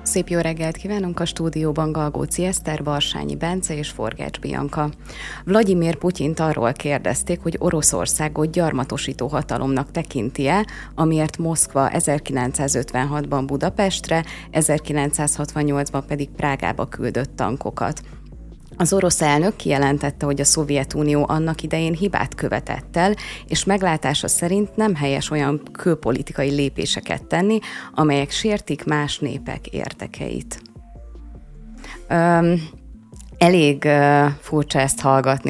Szép jó reggelt kívánunk, a stúdióban Galgóci Eszter, Barsányi Bence és Forgács Bianka. Vladimir Putyint arról kérdezték, hogy Oroszországot gyarmatosító hatalomnak tekinti-e, amiért Moszkva 1956-ban Budapestre, 1968-ban pedig Prágába küldött tankokat. Az orosz elnök kijelentette, hogy a Szovjetunió annak idején hibát követett el, és meglátása szerint nem helyes olyan külpolitikai lépéseket tenni, amelyek sértik más népek érdekeit. Elég furcsa ezt hallgatni,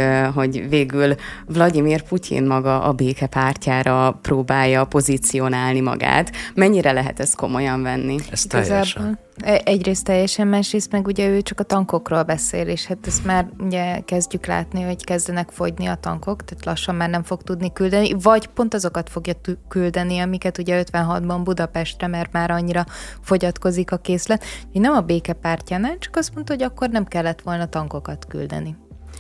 hogy végül Vladimir Putyin maga a béke pártjára próbálja pozícionálni magát. Mennyire lehet ezt komolyan venni? Ez teljesen. Egyrészt teljesen, másrészt meg ugye ő csak a tankokról beszél, és hát ezt már ugye kezdjük látni, hogy kezdenek fogyni a tankok, tehát lassan már nem fog tudni küldeni, vagy pont azokat fogja küldeni, amiket ugye 56-ban Budapestre, mert már annyira fogyatkozik a készlet. Nem a békepártyánál, csak azt mondta, hogy akkor nem kellett volna tankokat küldeni.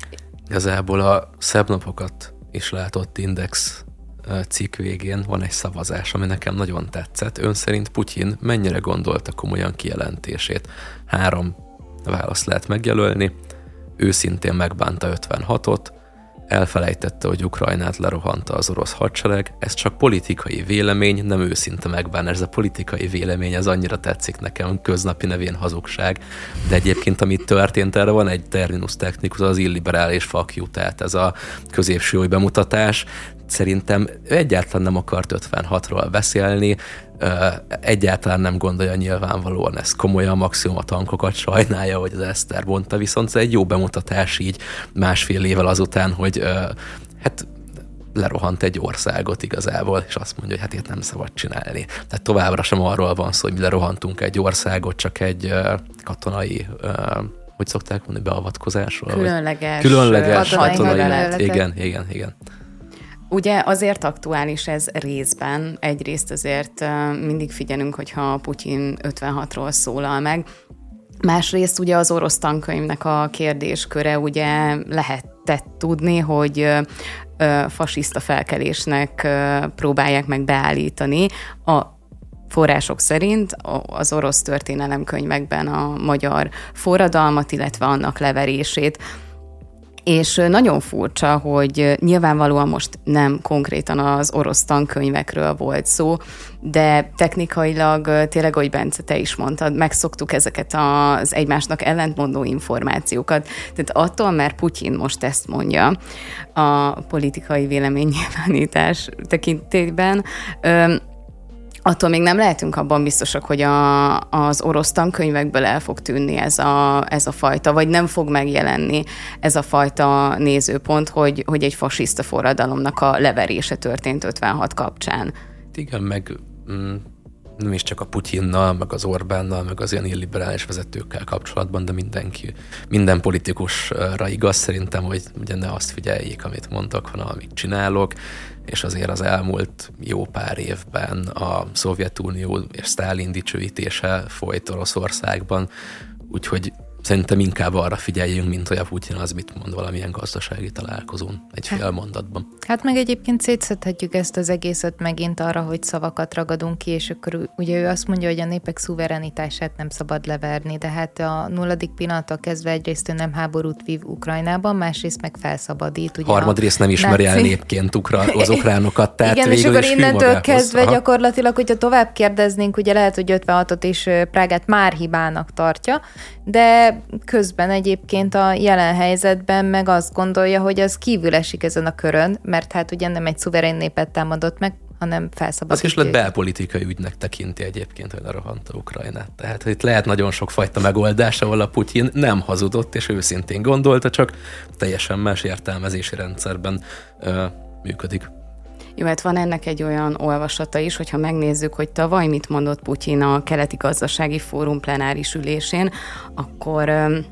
Igazából a szebb napokat is látott Index cikk végén van egy szavazás, ami nekem nagyon tetszett. Ön szerint Putyin mennyire gondolta komolyan kijelentését? 3 választ lehet megjelölni. Őszintén megbánta 56-ot, elfelejtette, hogy Ukrajnát lerohanta az orosz hadsereg. Ez csak politikai vélemény, nem őszinte megbánás. Ez a politikai vélemény, ez annyira tetszik nekem, köznapi nevén hazugság. De egyébként, amit történt, erre van egy terminus technikus, az illiberális fuck you, tehát ez a középső bemutatás. Szerintem egyáltalán nem akart 56-ról beszélni, egyáltalán nem gondolja nyilvánvalóan ezt komolyan, maximum a tankokat sajnálja, hogy az Eszter mondta, viszont ez egy jó bemutatás így 1,5 évvel azután, hogy hát lerohant egy országot igazából, és azt mondja, hogy hát ilyet nem szabad csinálni. Tehát továbbra sem arról van szó, hogy mi lerohantunk egy országot, csak egy katonai hogy szokták mondani, beavatkozásról? Különleges katonai. Igen. Ugye azért aktuális ez részben, egyrészt azért mindig figyelünk, hogyha Putyin 56-ról szólal meg, másrészt ugye az orosz tankönyvnek a kérdésköre ugye lehetett tudni, hogy fasiszta felkelésnek próbálják meg beállítani a források szerint az orosz történelemkönyvekben a magyar forradalmat, illetve annak leverését. És nagyon furcsa, hogy nyilvánvalóan most nem konkrétan az orosz tankönyvekről volt szó, de technikailag tényleg, ahogy Bence, te is mondtad, megszoktuk ezeket az egymásnak ellentmondó információkat. Tehát attól, mert Putyin most ezt mondja a politikai véleménynyilvánítás tekintében, attól még nem lehetünk abban biztosak, hogy az orosz tankönyvekből el fog tűnni ez a fajta, vagy nem fog megjelenni ez a fajta nézőpont, hogy egy fasiszta forradalomnak a leverése történt 56 kapcsán. Igen, meg nem is csak a Putyinnal, meg az Orbánnal, meg az ilyen illiberális vezetőkkel kapcsolatban, de minden politikusra igaz szerintem, hogy ugye ne azt figyeljék, amit mondok, hanem amit csinálok, és azért az elmúlt jó pár évben a Szovjetunió és Sztálin dicsőítése folyt Oroszországban, úgyhogy szerintem inkább arra figyeljünk, mint hogy a Putyin az mit mond valamilyen gazdasági találkozón, egy fél mondatban. Hát meg egyébként szétszedhetjük ezt az egészet megint arra, hogy szavakat ragadunk ki, és akkor ugye ő azt mondja, hogy a népek szuverenitását nem szabad leverni, de hát a 0. pillanattól kezdve egyrészt ő nem háborút vív Ukrajnában, másrészt meg felszabadít. Ugye harmadrészt nem ismeri el népként az ukránokat, tehát igen, és akkor innentől kezdve gyakorlatilag, hogyha tovább kérdeznénk, ugye lehet, hogy 56-ot és Prágát már hibának tartja, de közben egyébként a jelen helyzetben meg azt gondolja, hogy az kívül esik ezen a körön, mert hát ugye nem egy szuverén népet támadott meg, hanem felszabadítja. Az is lett belpolitikai ügynek tekinti egyébként, hogy lerohanta Ukrajnát. Tehát itt lehet nagyon sokfajta megoldás, ahol a Putyin nem hazudott, és őszintén gondolta, csak teljesen más értelmezési rendszerben működik. Jó, hát van ennek egy olyan olvasata is, hogyha megnézzük, hogy tavaly mit mondott Putyin a Keleti Gazdasági Fórum plenáris ülésén, akkor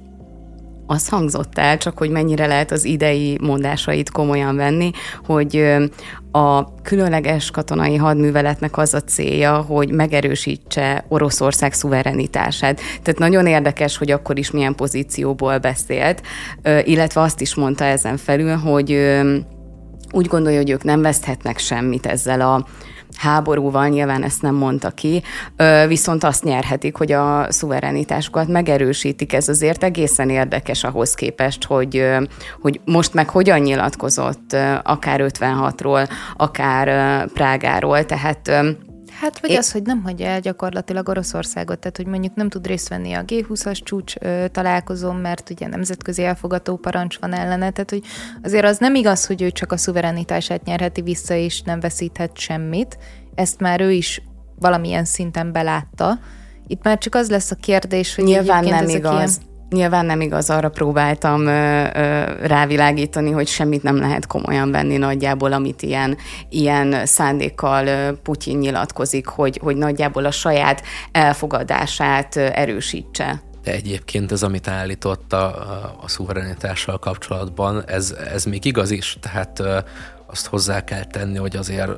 az hangzott el, csak hogy mennyire lehet az idei mondásait komolyan venni, hogy a különleges katonai hadműveletnek az a célja, hogy megerősítse Oroszország szuverenitását. Tehát nagyon érdekes, hogy akkor is milyen pozícióból beszélt, illetve azt is mondta ezen felül, hogy úgy gondolja, hogy ők nem veszthetnek semmit ezzel a háborúval, nyilván ezt nem mondta ki, viszont azt nyerhetik, hogy a szuverenitásukat megerősítik. Ez azért egészen érdekes ahhoz képest, hogy most meg hogyan nyilatkozott akár 56-ról, akár Prágáról, tehát hát vagy az, hogy nem hagyja el gyakorlatilag Oroszországot, tehát hogy mondjuk nem tud részt venni a G20-as csúcs találkozón, mert ugye nemzetközi elfogató parancs van ellene, tehát hogy azért az nem igaz, hogy ő csak a szuverenitását nyerheti vissza, és nem veszíthet semmit. Ezt már ő is valamilyen szinten belátta. Itt már csak az lesz a kérdés, hogy nyilván nem igaz. Nyilván nem igaz, arra próbáltam rávilágítani, hogy semmit nem lehet komolyan venni nagyjából, amit ilyen szándékkal Putyin nyilatkozik, hogy nagyjából a saját elfogadását erősítse. De egyébként ez, amit állított a szuverenitással kapcsolatban, ez még igaz is, tehát azt hozzá kell tenni, hogy azért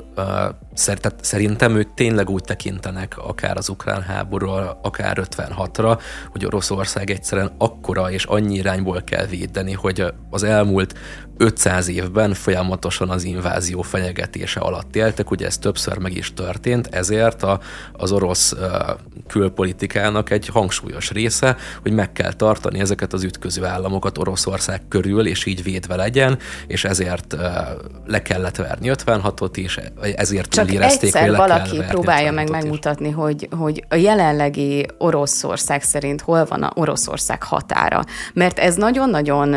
szerintem ők tényleg úgy tekintenek akár az ukrán háborúra, akár 56-ra, hogy Oroszország egyszerűen akkora és annyi irányból kell védeni, hogy az elmúlt 500 évben folyamatosan az invázió fenyegetése alatt éltek, ugye ez többször meg is történt, ezért az orosz külpolitikának egy hangsúlyos része, hogy meg kell tartani ezeket az ütköző államokat Oroszország körül, és így védve legyen, és ezért le kellett verni 56-ot is, ezért csak érezték, egyszer valaki próbálja meg megmutatni, hogy a jelenlegi Oroszország szerint hol van a Oroszország határa. Mert ez nagyon-nagyon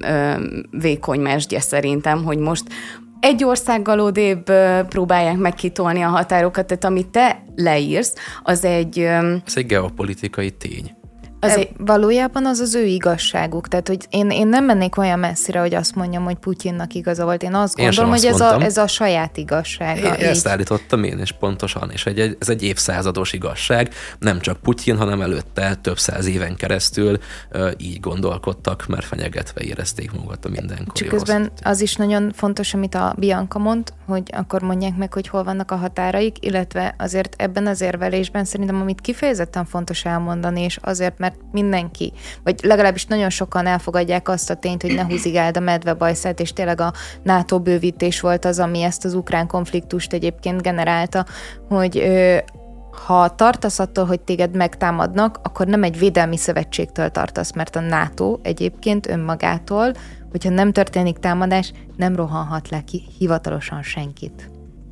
vékony mesdje szerintem, hogy most egy országgal odébb próbálják megkitolni a határokat, tehát amit te leírsz, az egy... Ez egy geopolitikai tény. Valójában az az ő igazságuk. Tehát, hogy én nem mennék olyan messzire, hogy azt mondjam, hogy Putyinnak igaza volt. Én azt gondolom, hogy ez a saját igazsága. Ezt állítottam én is pontosan, és ez egy évszázados igazság. Nem csak Putyin, hanem előtte több száz éven keresztül így gondolkodtak, mert fenyegetve érezték magukat a mindenkori. Csak közben az is nagyon fontos, amit a Bianca mond, hogy akkor mondják meg, hogy hol vannak a határaik, illetve azért ebben az érvelésben szerintem, amit kifejezetten fontos elmondani, és azért, mert mindenki, vagy legalábbis nagyon sokan elfogadják azt a tényt, hogy ne húzigáld a medve bajszát, és tényleg a NATO bővítés volt az, ami ezt az ukrán konfliktust egyébként generálta, hogy ha tartasz attól, hogy téged megtámadnak, akkor nem egy védelmi szövetségtől tartasz, mert a NATO egyébként önmagától, hogyha nem történik támadás, nem rohanhat le ki hivatalosan senkit.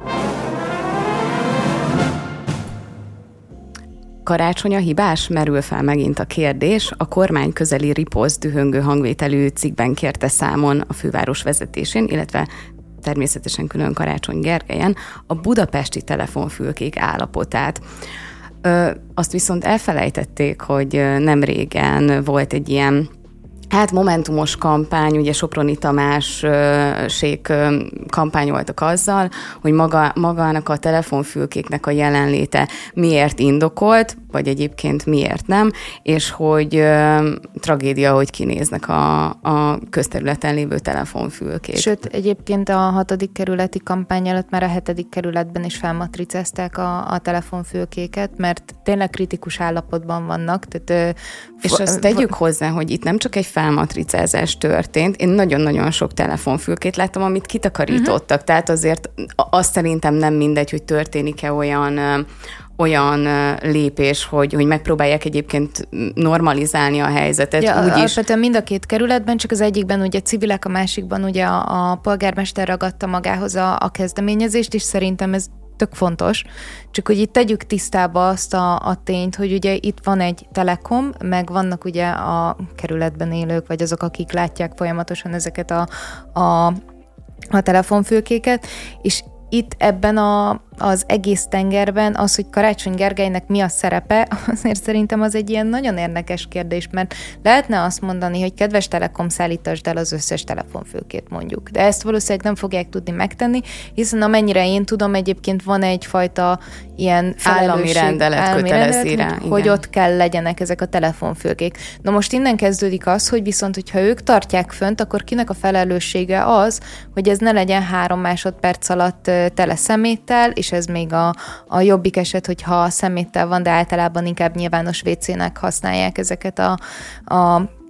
Karácsony a hibás? Merül fel megint a kérdés. A kormány közeli riposzt dühöngő hangvételű cikkben kérte számon a főváros vezetésén, illetve természetesen külön Karácsony Gergelyen a budapesti telefonfülkék állapotát. Azt viszont elfelejtették, hogy nem régen volt egy ilyen momentumos kampány, ugye Soproni Tamásék kampányoltak azzal, hogy magának a telefonfülkéknek a jelenléte miért indokolt, vagy egyébként miért nem, és hogy tragédia, hogy kinéznek a közterületen lévő telefonfülkék. Sőt, egyébként a 6. kerületi kampány előtt már a 7. kerületben is felmatricázták a telefonfülkéket, mert tényleg kritikus állapotban vannak. Tehát, és azt tegyük hozzá, hogy itt nem csak egy felmatricázás történt, én nagyon-nagyon sok telefonfülkét láttam, amit kitakarítottak, tehát azért azt szerintem nem mindegy, hogy történik-e olyan lépés, hogy megpróbálják egyébként normalizálni a helyzetet. Ja, alapvetően mind a két kerületben, csak az egyikben ugye civilek, a másikban ugye a polgármester ragadta magához a kezdeményezést, és szerintem ez tök fontos. Csak hogy itt tegyük tisztába azt a tényt, hogy ugye itt van egy Telekom, meg vannak ugye a kerületben élők, vagy azok, akik látják folyamatosan ezeket a telefonfülkéket, és itt ebben az egész tengerben az, hogy Karácsony Gergelynek mi a szerepe, azért szerintem az egy ilyen nagyon érdekes kérdés, mert lehetne azt mondani, hogy kedves Telekom, szállítasd el az összes telefonfülkét mondjuk. De ezt valószínűleg nem fogják tudni megtenni, hiszen amennyire én tudom, egyébként van egyfajta ilyen állami rendelet kötelezi rá, hogy ott kell legyenek ezek a telefonfülkék. Na most innen kezdődik az, hogy viszont, hogyha ők tartják fönt, akkor kinek a felelőssége az, hogy ez ne legyen 3 másodperc alatt tele szeméttel, és ez még a jobbik eset, hogyha szeméttel van, de általában inkább nyilvános WC-nek használják ezeket a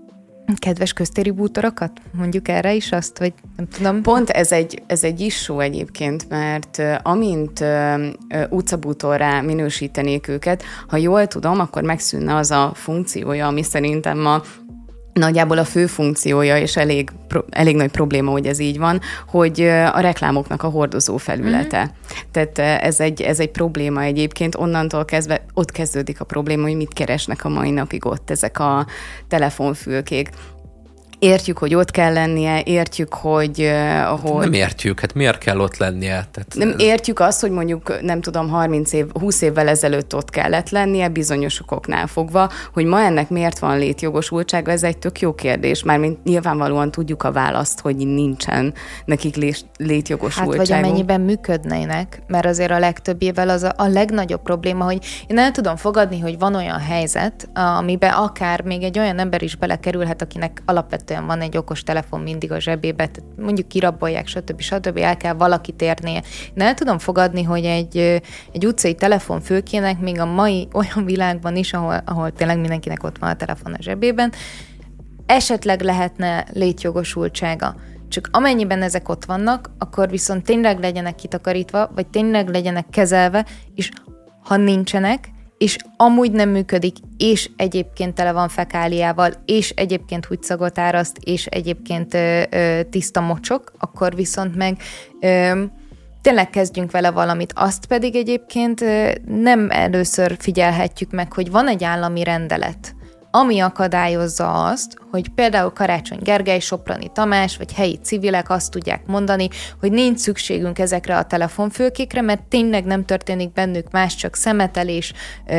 kedves köztéri bútorokat? Mondjuk erre is azt, vagy nem tudom. Pont ez egy issue egyébként, mert amint utcabútorrá minősítenék őket, ha jól tudom, akkor megszűnne az a funkciója, ami szerintem nagyjából a fő funkciója, és elég nagy probléma, hogy ez így van, hogy a reklámoknak a hordozó felülete. Mm-hmm. Tehát ez egy probléma egyébként, onnantól kezdve ott kezdődik a probléma, hogy mit keresnek a mai napig ott ezek a telefonfülkék. Értjük, hogy ott kell lennie, értjük, hogy... Nem értjük, hát miért kell ott lennie? Tehát nem értjük azt, hogy mondjuk, nem tudom, 20 évvel ezelőtt ott kellett lennie, bizonyos okoknál fogva, hogy ma ennek miért van létjogosultsága, ez egy tök jó kérdés, mármint nyilvánvalóan tudjuk a választ, hogy nincsen nekik létjogosultságuk. Hát vagy amennyiben működnének, mert azért a legtöbbjével az a legnagyobb probléma, hogy én el tudom fogadni, hogy van olyan helyzet, amiben akár még egy olyan ember is belekerülhet, akinek alapvetően van egy okos telefon mindig a zsebébe, mondjuk kirabolják, stb. El kell valakit érnie. Én el tudom fogadni, hogy egy utcai telefonfülkének még a mai olyan világban is, ahol tényleg mindenkinek ott van a telefon a zsebében, esetleg lehetne létjogosultsága. Csak amennyiben ezek ott vannak, akkor viszont tényleg legyenek kitakarítva, vagy tényleg legyenek kezelve, és ha nincsenek, és amúgy nem működik, és egyébként tele van fekáliával, és egyébként húgyszagot áraszt, és egyébként tiszta mocsok, akkor viszont meg tényleg kezdjünk vele valamit. Azt pedig egyébként nem először figyelhetjük meg, hogy van egy állami rendelet, ami akadályozza azt, hogy például Karácsony Gergely, Soproni Tamás, vagy helyi civilek azt tudják mondani, hogy nincs szükségünk ezekre a telefonfülkékre, mert tényleg nem történik bennük más, csak szemetelés,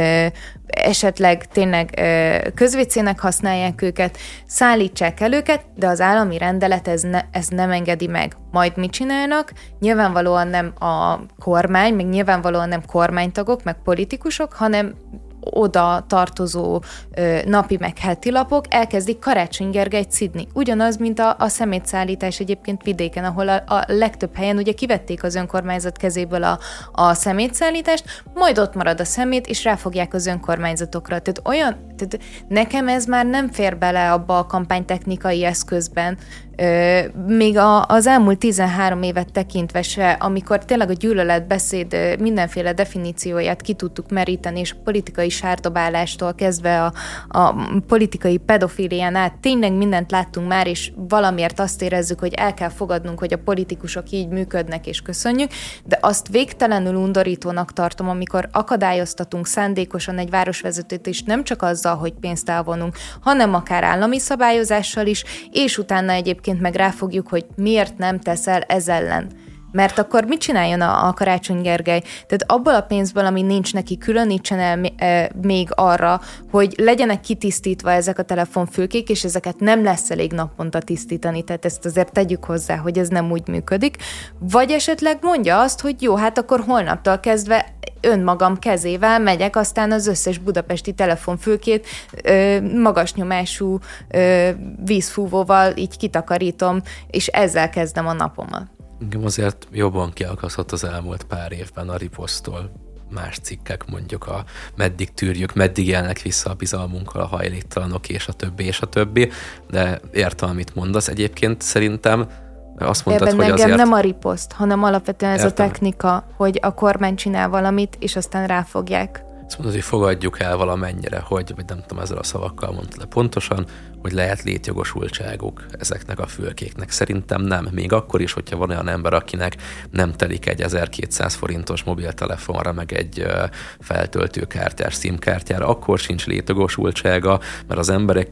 esetleg tényleg közvécének használják őket, szállítsák el őket, de az állami rendelet ez nem engedi meg. Majd mit csinálnak? Nyilvánvalóan nem a kormány, meg nyilvánvalóan nem kormánytagok, meg politikusok, hanem oda tartozó napi meg heti lapok elkezdik Karácsony Gergelyt szidni. Ugyanaz, mint a szemétszállítás egyébként vidéken, ahol a legtöbb helyen ugye kivették az önkormányzat kezéből a szemétszállítást, majd ott marad a szemét, és ráfogják az önkormányzatokra. Tehát nekem ez már nem fér bele abba a kampánytechnikai eszközben, még az elmúlt 13 évet tekintve se, amikor tényleg a gyűlöletbeszéd mindenféle definícióját ki tudtuk meríteni, és a politikai sárdobálástól kezdve a politikai pedofílián át tényleg mindent láttunk már, és valamiért azt érezzük, hogy el kell fogadnunk, hogy a politikusok így működnek, és köszönjük, de azt végtelenül undorítónak tartom, amikor akadályoztatunk szándékosan egy városvezetőt, és nem csak azzal, hogy pénzt elvonunk, hanem akár állami szabályozással is, és utána egyébként meg ráfogjuk, hogy miért nem teszel ez ellen. Mert akkor mit csináljon a Karácsony Gergely? Tehát abból a pénzből, ami nincs neki, különítsen el még arra, hogy legyenek kitisztítva ezek a telefonfülkék, és ezeket nem lesz elég naponta tisztítani, tehát ezt azért tegyük hozzá, hogy ez nem úgy működik. Vagy esetleg mondja azt, hogy jó, hát akkor holnaptól kezdve önmagam kezével megyek, aztán az összes budapesti telefonfülkét magas nyomású vízfúvóval így kitakarítom, és ezzel kezdem a napomat. Engem azért jobban kiakasztott az elmúlt pár évben a riposztól más cikkek, mondjuk a meddig tűrjük, meddig élnek vissza a bizalmunkkal a hajléktalanok, és a többi, de értem, amit mondasz. Egyébként szerintem azt mondtad, hogy azért... nem a riposzt, hanem alapvetően ez értem. A technika, hogy a kormány csinál valamit, és aztán ráfogják. Azt mondod, hogy fogadjuk el valamennyire, hogy, vagy nem tudom, ezzel a szavakkal mondta le pontosan, hogy lehet létjogosultságuk ezeknek a fülkéknek. Szerintem nem. Még akkor is, hogyha van olyan ember, akinek nem telik egy 1200 forintos mobiltelefonra, meg egy feltöltőkártyás SIM-kártyára, akkor sincs létjogosultsága, mert az emberek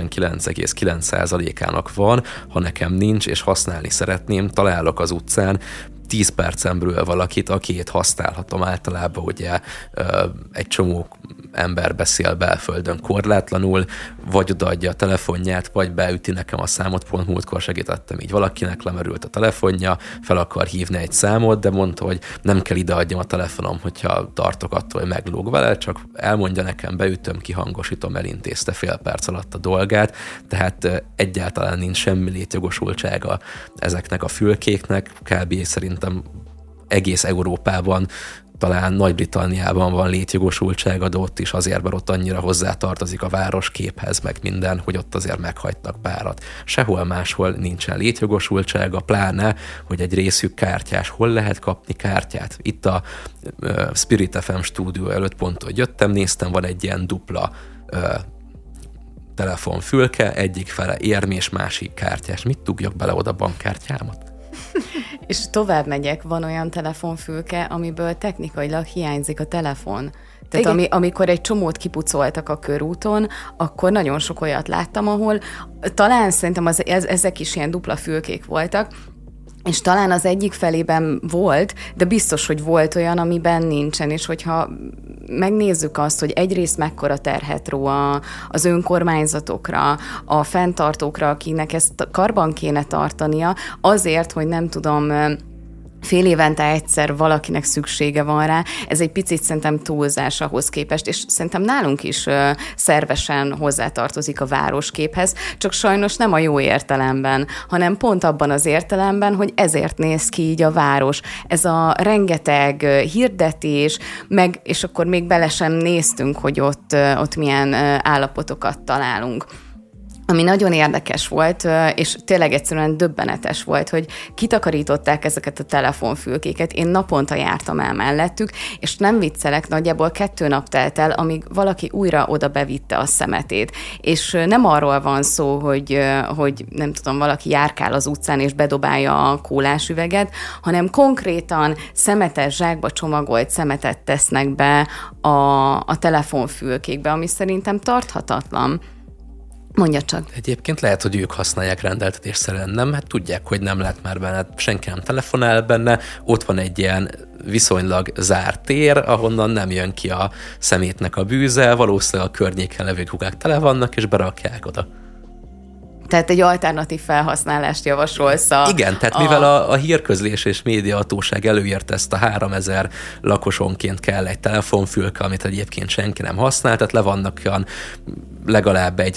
99,9%-ának van, ha nekem nincs, és használni szeretném, találok az utcán 10 percemből valakit, akit használhatom általában, ugye egy csomó ember beszél belföldön korlátlanul, vagy odaadja a telefonját, vagy beüti nekem a számot, pont múltkor segítettem így valakinek, lemerült a telefonja, fel akar hívni egy számot, de mondta, hogy nem kell ideadjam a telefonom, hogyha tartok attól, hogy meglóg vele, csak elmondja nekem, beütöm, kihangosítom, elintézte fél perc alatt a dolgát, tehát egyáltalán nincs semmi létjogosultsága ezeknek a fülkéknek, kb. Szerintem egész Európában talán Nagy-Britanniában van létjogosultsága, de ott is azért, mert ott annyira hozzátartozik a városképhez, meg minden, hogy ott azért meghagytak párat. Sehol máshol nincsen létjogosultsága, pláne, hogy egy részük kártyás. Hol lehet kapni kártyát? Itt a Spirit FM stúdió előtt pont, hogy jöttem, néztem, van egy ilyen dupla telefonfülke, egyik fele érmés, másik kártyás. Mit dugjak bele oda bankkártyámat? És tovább megyek, van olyan telefonfülke, amiből technikailag hiányzik a telefon. Tehát amikor egy csomót kipucoltak a körúton, akkor nagyon sok olyat láttam, ahol talán szerintem ezek is ilyen dupla fülkék voltak, és talán az egyik felében volt, de biztos, hogy volt olyan, amiben nincsen, és hogyha megnézzük azt, hogy egyrészt mekkora terhet ró az önkormányzatokra, a fenntartókra, akinek ezt karban kéne tartania, azért, hogy nem tudom, fél évente egyszer valakinek szüksége van rá, ez egy picit szerintem túlzás ahhoz képest, és szerintem nálunk is szervesen hozzátartozik a városképhez, csak sajnos nem a jó értelemben, hanem pont abban az értelemben, hogy ezért néz ki így a város. Ez a rengeteg hirdetés, és akkor még bele sem néztünk, hogy ott milyen állapotokat találunk. Ami nagyon érdekes volt, és tényleg egyszerűen döbbenetes volt, hogy kitakarították ezeket a telefonfülkéket. Én naponta jártam el mellettük, és nem viccelek, nagyjából 2 nap telt el, amíg valaki újra oda bevitte a szemetét. És nem arról van szó, hogy nem tudom, valaki járkál az utcán, és bedobálja a kólásüveget, hanem konkrétan szemetes zsákba csomagolt szemetet tesznek be a telefonfülkékbe, ami szerintem tarthatatlan. Mondja csak. Egyébként lehet, hogy ők használják rendeltetésszerűen, nem? Hát tudják, hogy nem lehet már benne, senki nem telefonál benne, ott van egy ilyen viszonylag zárt tér, ahonnan nem jön ki a szemétnek a bűze, valószínűleg a környéken levő kukák tele vannak, és berakják oda. Tehát egy alternatív felhasználást javasolsz Igen, tehát mivel a hírközlés és médiahatóság előírta ezt a 3000 lakosonként kell egy telefonfülke, amit egyébként senki nem használ, tehát le vannak olyan legalább egy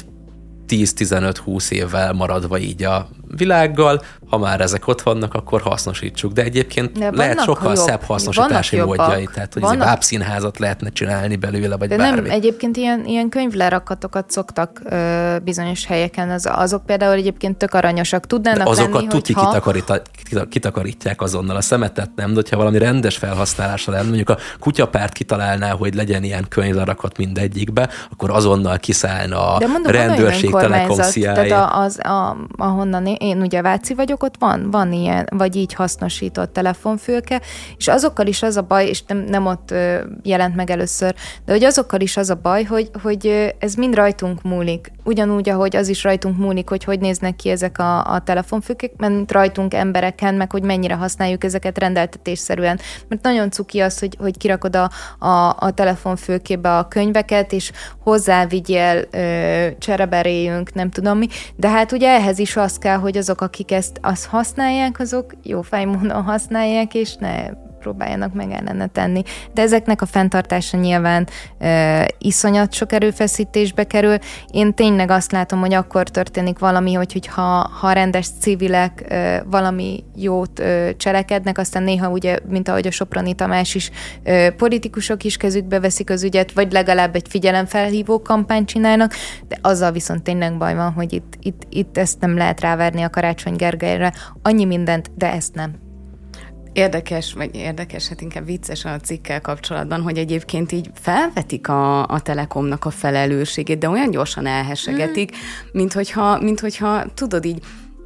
10-15-20 évvel maradva így a világgal, ha már ezek ott vannak, akkor hasznosítsuk. De egyébként lehet sokkal szebb hasznosítási módjai, tehát hogy egy bábszínházat lehetne csinálni belőle, vagy de bármi. Nem, egyébként ilyen könyvlerakatokat szoktak bizonyos helyeken, azok például egyébként tök aranyosak tudnának lenni, azokat tuti kitakarítják azonnal, a szemetet nem, de hogyha valami rendes felhasználása lenne, mondjuk a kutyapárt kitalálná, hogy legyen ilyen könyvlerakat mindegyikbe, akkor azonnal kiszállna a rendőrség, Telekom, CIA. Tehát ahonnan én ugye Váci vagyok, ott van ilyen, vagy így hasznosított telefonfülke, és azokkal is az a baj, és nem ott jelent meg először, de hogy azokkal is az a baj, hogy ez mind rajtunk múlik. Ugyanúgy, ahogy az is rajtunk múlik, hogy néznek ki ezek a telefonfülkék, mert rajtunk embereken, meg hogy mennyire használjuk ezeket rendeltetésszerűen. Mert nagyon cuki az, hogy kirakod a telefonfülkébe a könyveket, és hozzávigyél, csereberéljünk, nem tudom mi, de hát ugye ehhez is az kell, hogy azok, akik ezt használják, azok jó fejmódon használják, és ne próbáljanak meg ellene tenni. De ezeknek a fenntartása nyilván iszonyat sok erőfeszítésbe kerül. Én tényleg azt látom, hogy akkor történik valami, ha rendes civilek valami jót cselekednek, aztán néha ugye, mint ahogy a Soproni Tamás is, politikusok is kezükbe veszik az ügyet, vagy legalább egy figyelemfelhívó kampányt csinálnak, de azzal viszont tényleg baj van, hogy itt ezt nem lehet ráverni a Karácsony Gergelyre. Annyi mindent, de ezt nem. Érdekes, hát inkább vicces a cikkel kapcsolatban, hogy egyébként így felvetik a Telekomnak a felelősségét, de olyan gyorsan elhesegetik, mint hogyha tudod így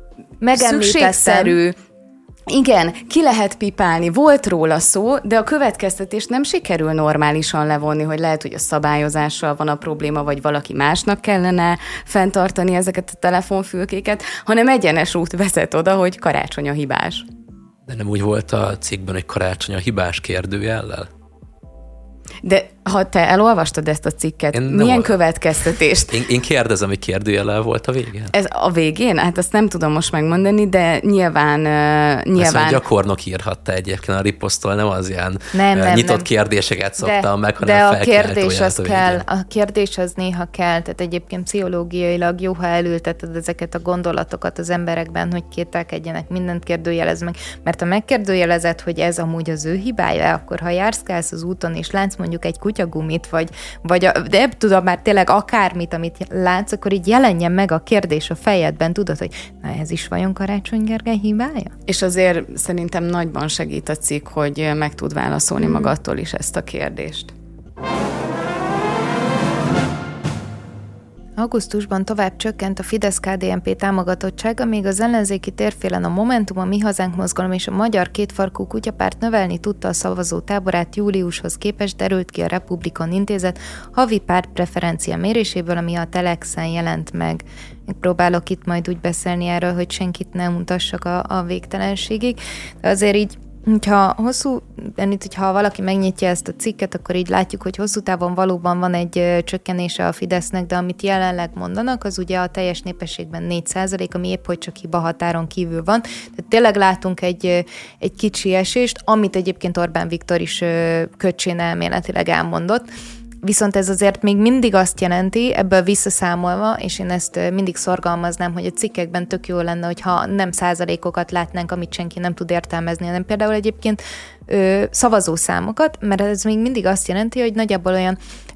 szükségszerű. Igen, ki lehet pipálni, volt róla szó, de a következtetést nem sikerül normálisan levonni, hogy lehet, hogy a szabályozással van a probléma, vagy valaki másnak kellene fenntartani ezeket a telefonfülkéket, hanem egyenes út vezet oda, hogy Karácsony a hibás. De nem úgy volt a cikkben, hogy Karácsony a hibás kérdőjellel? De ha te elolvastad ezt a cikket, milyen következtetést? Én kérdezem, hogy kérdőjellel volt a végén. Ez a végén? Hát azt nem tudom most megmondani, de nyilván... Ezt a gyakornok írhatta egyébként a riposztól, nem az ilyen nyitott kérdéseket szoktam meg, hanem de a kérdés az kell, a kérdés az néha kell, tehát egyébként pszichológiailag jó, ha elülteted ezeket a gondolatokat az emberekben, hogy kételkedjenek, mindent kérdőjelez meg, mert ha megkérdőjelezed, hogy ez amúgy az ő hibája, akkor ha járszkálsz az úton és látsz mondjuk egy kutyagumit, de tudom már tényleg akármit, amit látsz, akkor így jelenjen meg a kérdés a fejedben, tudod, hogy na ez is vajon Karácsony Gergely hibája? És azért szerintem nagyban segít a cikk, hogy meg tud válaszolni magadtól is ezt a kérdést. Augusztusban tovább csökkent a Fidesz-KDNP támogatottsága, még az ellenzéki térfélen a Momentum, a Mi Hazánk mozgalom és a Magyar Kétfarkú Kutyapárt növelni tudta a szavazó táborát júliushoz képest, derült ki a Republikon Intézet havi pártpreferencia méréséből, ami a Telexen jelent meg. Próbálok itt majd úgy beszélni erről, hogy senkit nem mutassak a végtelenségig, de azért így hogyha valaki megnyitja ezt a cikket, akkor így látjuk, hogy hosszú távon valóban van egy csökkenése a Fidesznek, de amit jelenleg mondanak, az ugye a teljes népességben 4%, ami épp hogy csak hiba határon kívül van. Tehát tényleg látunk egy kicsi esést, amit egyébként Orbán Viktor is Köcsén elméletileg elmondott. Viszont ez azért még mindig azt jelenti, ebből visszaszámolva, és én ezt mindig szorgalmaznám, hogy a cikkekben tök jó lenne, hogyha nem százalékokat látnánk, amit senki nem tud értelmezni, hanem például egyébként szavazószámokat, mert ez még mindig azt jelenti, hogy nagyjából olyan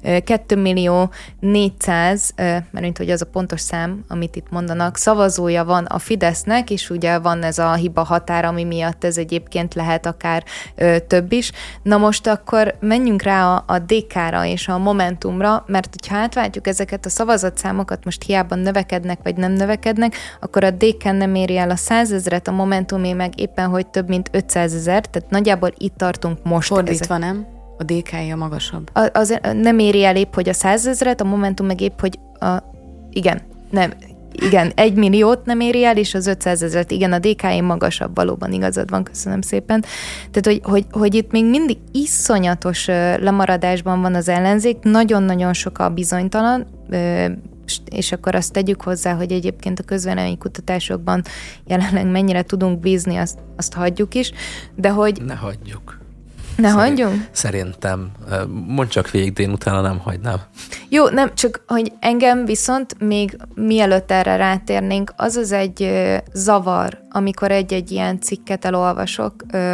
2.400.000, mert hogy az a pontos szám, amit itt mondanak, szavazója van a Fidesznek, és ugye van ez a hiba határ, ami miatt ez egyébként lehet akár több is. Na most akkor menjünk rá a DK-ra és a Momentumra, mert hogyha átváltjuk ezeket a szavazatszámokat, most hiába növekednek vagy nem növekednek, akkor a DK nem éri el a 100 000-et, a Momentumé meg éppen hogy több mint 500 000, tehát nagyjából itt tartunk most. Fordítva nem? A DK-ja magasabb. Az nem éri el épp, hogy a 100 000-et, a Momentum meg épp, hogy igen, 1 milliót nem éri el, és az 500 000-et, igen, a DK-ja magasabb, valóban igazad van, köszönöm szépen. Tehát, hogy itt még mindig iszonyatos lemaradásban van az ellenzék, nagyon-nagyon sok a bizonytalan, és akkor azt tegyük hozzá, hogy egyébként a közvéleménykutatásokban jelenleg mennyire tudunk bízni, azt hagyjuk is, de hogy... Ne hagyjuk. Hagyjunk? Szerintem. Mondd csak végig, de én utána nem hagynám. Jó, nem, csak hogy engem viszont még mielőtt erre rátérnénk, az egy zavar, amikor egy ilyen cikket elolvasok,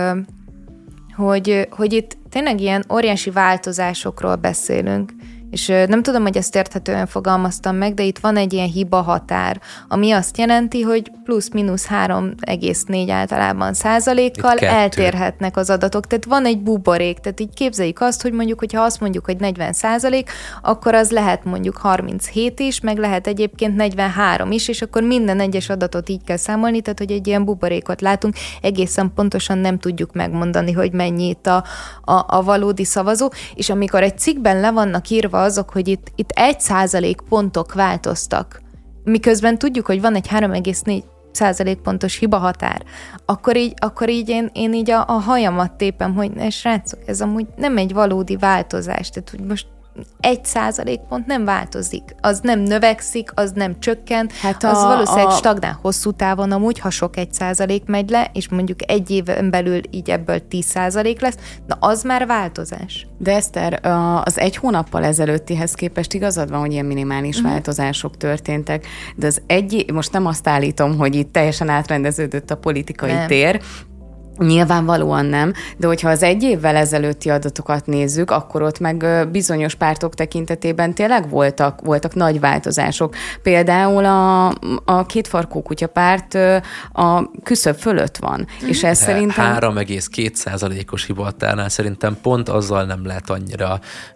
hogy itt tényleg ilyen óriási változásokról beszélünk, és nem tudom, hogy ezt érthetően fogalmaztam meg, de itt van egy ilyen hiba határ, ami azt jelenti, hogy plusz-minusz 3,4 általában százalékkal eltérhetnek az adatok. Tehát van egy buborék, tehát így képzeljük azt, hogy mondjuk, hogyha azt mondjuk, hogy 40%, akkor az lehet mondjuk 37 is, meg lehet egyébként 43 is, és akkor minden egyes adatot így kell számolni, tehát hogy egy ilyen buborékot látunk, egészen pontosan nem tudjuk megmondani, hogy mennyi itt a valódi szavazó, és amikor egy cikkben le vannak írva azok, hogy itt 1% pontok változtak, miközben tudjuk, hogy van egy 3,4% pontos hiba határ, akkor így én így a hajamat tépem, hogy srácok, ez amúgy nem egy valódi változás, tehát hogy most 1% pont nem változik. Az nem növekszik, az nem csökken, hát az valószínűleg stagnál hosszú távon amúgy, ha sok 1% megy le, és mondjuk egy éven belül így ebből 10% lesz, na az már változás. De Eszter, az egy hónappal ezelőttihez képest igazad van, hogy ilyen minimális változások történtek, de most nem azt állítom, hogy itt teljesen átrendeződött a politikai tér, nyilvánvalóan nem, de hogyha az egy évvel ezelőtti adatokat nézzük, akkor ott meg bizonyos pártok tekintetében tényleg voltak nagy változások. Például a Kétfarkú Kutyapárt a küszöb fölött van. És ez szerintem... 3,2%-os hibahatárnál szerintem pont azzal nem lehet annyira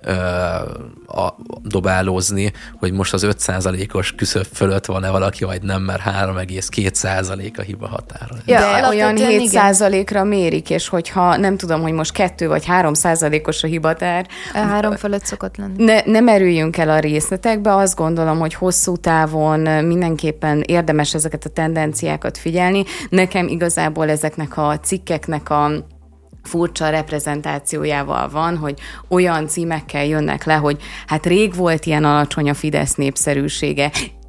dobálózni, hogy most az 5%-os küszöb fölött van-e valaki, vagy nem, mert 3,2% a hibahatára. Ja, de olyan 7%-ra mérik, és hogyha nem tudom, hogy most 2 vagy 3%-os a hibatár. 3 fölött szokott lenni. Ne merüljünk el a részletekbe, azt gondolom, hogy hosszú távon mindenképpen érdemes ezeket a tendenciákat figyelni. Nekem igazából ezeknek a cikkeknek furcsa reprezentációjával van, hogy olyan címekkel jönnek le, hogy hát rég volt ilyen alacsony a Fidesz népszerűsége.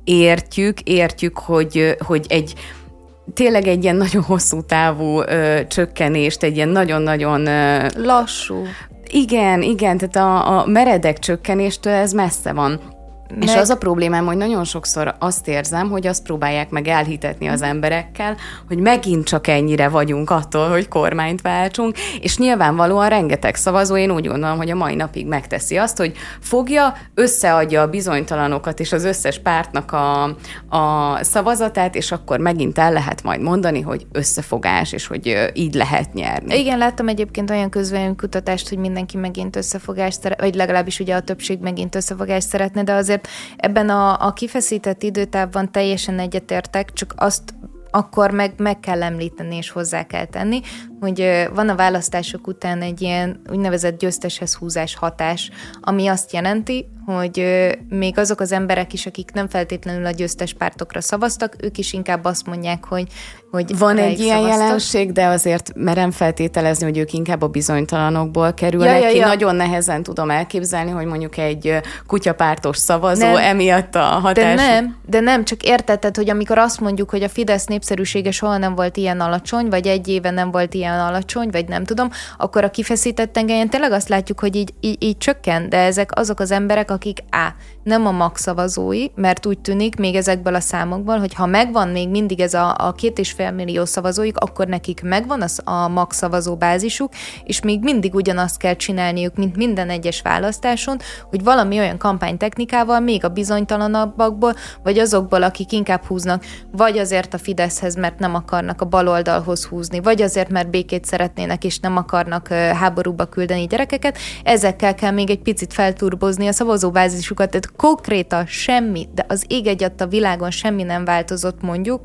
Értjük, hogy tényleg egy ilyen nagyon hosszú távú csökkenést, egy ilyen nagyon-nagyon lassú. Igen, tehát a meredek csökkenéstől ez messze van. És az a problémám, hogy nagyon sokszor azt érzem, hogy azt próbálják meg elhitetni az emberekkel, hogy megint csak ennyire vagyunk attól, hogy kormányt váltsunk, és nyilvánvalóan rengeteg szavazó, én úgy gondolom, hogy a mai napig megteszi azt, hogy fogja, összeadja a bizonytalanokat és az összes pártnak a szavazatát, és akkor megint el lehet majd mondani, hogy összefogás, és hogy így lehet nyerni. Igen, láttam egyébként olyan közvéleménykutatást, hogy mindenki megint összefogást vagy legalábbis ugye a többség megint összefogást szeretne, de azért ebben a kifeszített időtávban teljesen egyetértek, csak azt akkor meg kell említeni és hozzá kell tenni, hogy van a választások után egy ilyen úgynevezett győzteshez húzás hatás, ami azt jelenti, hogy még azok az emberek is, akik nem feltétlenül a győztes pártokra szavaztak, ők is inkább azt mondják, hogy van egy ilyen jelenség, de azért merem feltételezni, hogy ők inkább a bizonytalanokból kerülnek ki. Nagyon nehezen tudom elképzelni, hogy mondjuk egy kutyapártos szavazó emiatt a hatás... De nem, csak értetted, hogy amikor azt mondjuk, hogy a Fidesz népszerűsége soha nem volt ilyen alacsony, vagy egy éve nem volt ilyen alacsony, vagy nem tudom, akkor a kifeszített tengelyen tényleg azt látjuk, hogy így csökken, de ezek azok az emberek, akik nem a MAG szavazói, mert úgy tűnik még ezekből a számokból, hogy ha megvan még mindig ez a 2,5 millió szavazóik, akkor nekik megvan a MAG szavazóbázisuk, és még mindig ugyanazt kell csinálniuk, mint minden egyes választáson, hogy valami olyan kampánytechnikával még a bizonytalanabbakból, vagy azokból, akik inkább húznak, vagy azért a Fideszhez, mert nem akarnak a baloldalhoz húzni, vagy azért, mert békét szeretnének, és nem akarnak háborúba küldeni gyerekeket, ezekkel kell még egy picit felturbozni a szavazóbázisukat, tehát konkrétan semmi, de az ég egyatt a világon semmi nem változott mondjuk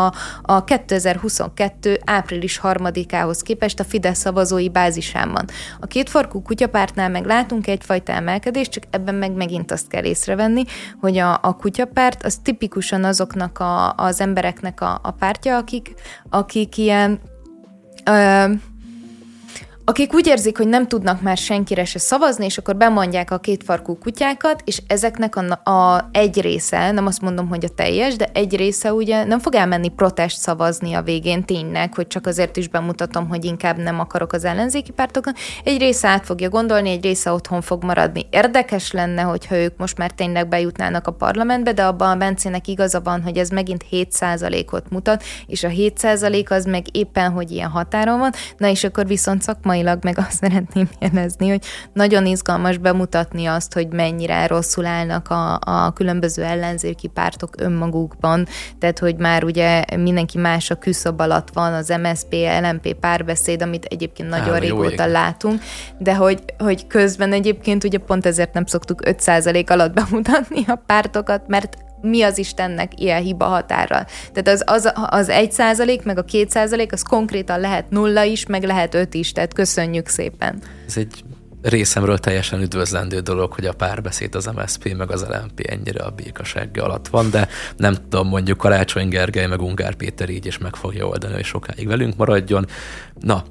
a 2022. április 3-ához képest a Fidesz szavazói bázisában. A kétfarkú kutyapártnál meg látunk egyfajta emelkedést, csak ebben megint azt kell észrevenni, hogy a kutyapárt az tipikusan azoknak az embereknek a pártja, akik ilyen... akik úgy érzik, hogy nem tudnak már senkire se szavazni, és akkor bemondják a kétfarkú kutyákat, és ezeknek a egy része, nem azt mondom, hogy a teljes, de egy része ugye nem fog elmenni protest szavazni a végén tényleg, hogy csak azért is bemutatom, hogy inkább nem akarok az ellenzéki pártokon. Egy része át fogja gondolni, egy része otthon fog maradni. Érdekes lenne, hogyha ők most már tényleg bejutnának a parlamentbe, de abban a Bencének igaza van, hogy ez megint 7%-ot mutat, és a 7% az meg éppen, hogy ilyen határon van. Na és akkor viszont szakmailag meg azt szeretném jelezni, hogy nagyon izgalmas bemutatni azt, hogy mennyire rosszul állnak a különböző ellenzéki pártok önmagukban, tehát hogy már ugye mindenki más a küszöb alatt van, az MSZP, LMP párbeszéd, amit egyébként nagyon régóta látunk, de hogy közben egyébként ugye pont ezért nem szoktuk 5% alatt bemutatni a pártokat, mert mi az Istennek ilyen hiba határral. Tehát az 1% meg a 2% az konkrétan lehet 0 is, meg lehet 5 is, tehát köszönjük szépen. Ez egy részemről teljesen üdvözlendő dolog, hogy a párbeszéd az MSZP meg az LMP ennyire a békasága alatt van, de nem tudom, mondjuk Karácsony Gergely meg Ungár Péter így is meg fogja oldani, hogy sokáig velünk maradjon. Na,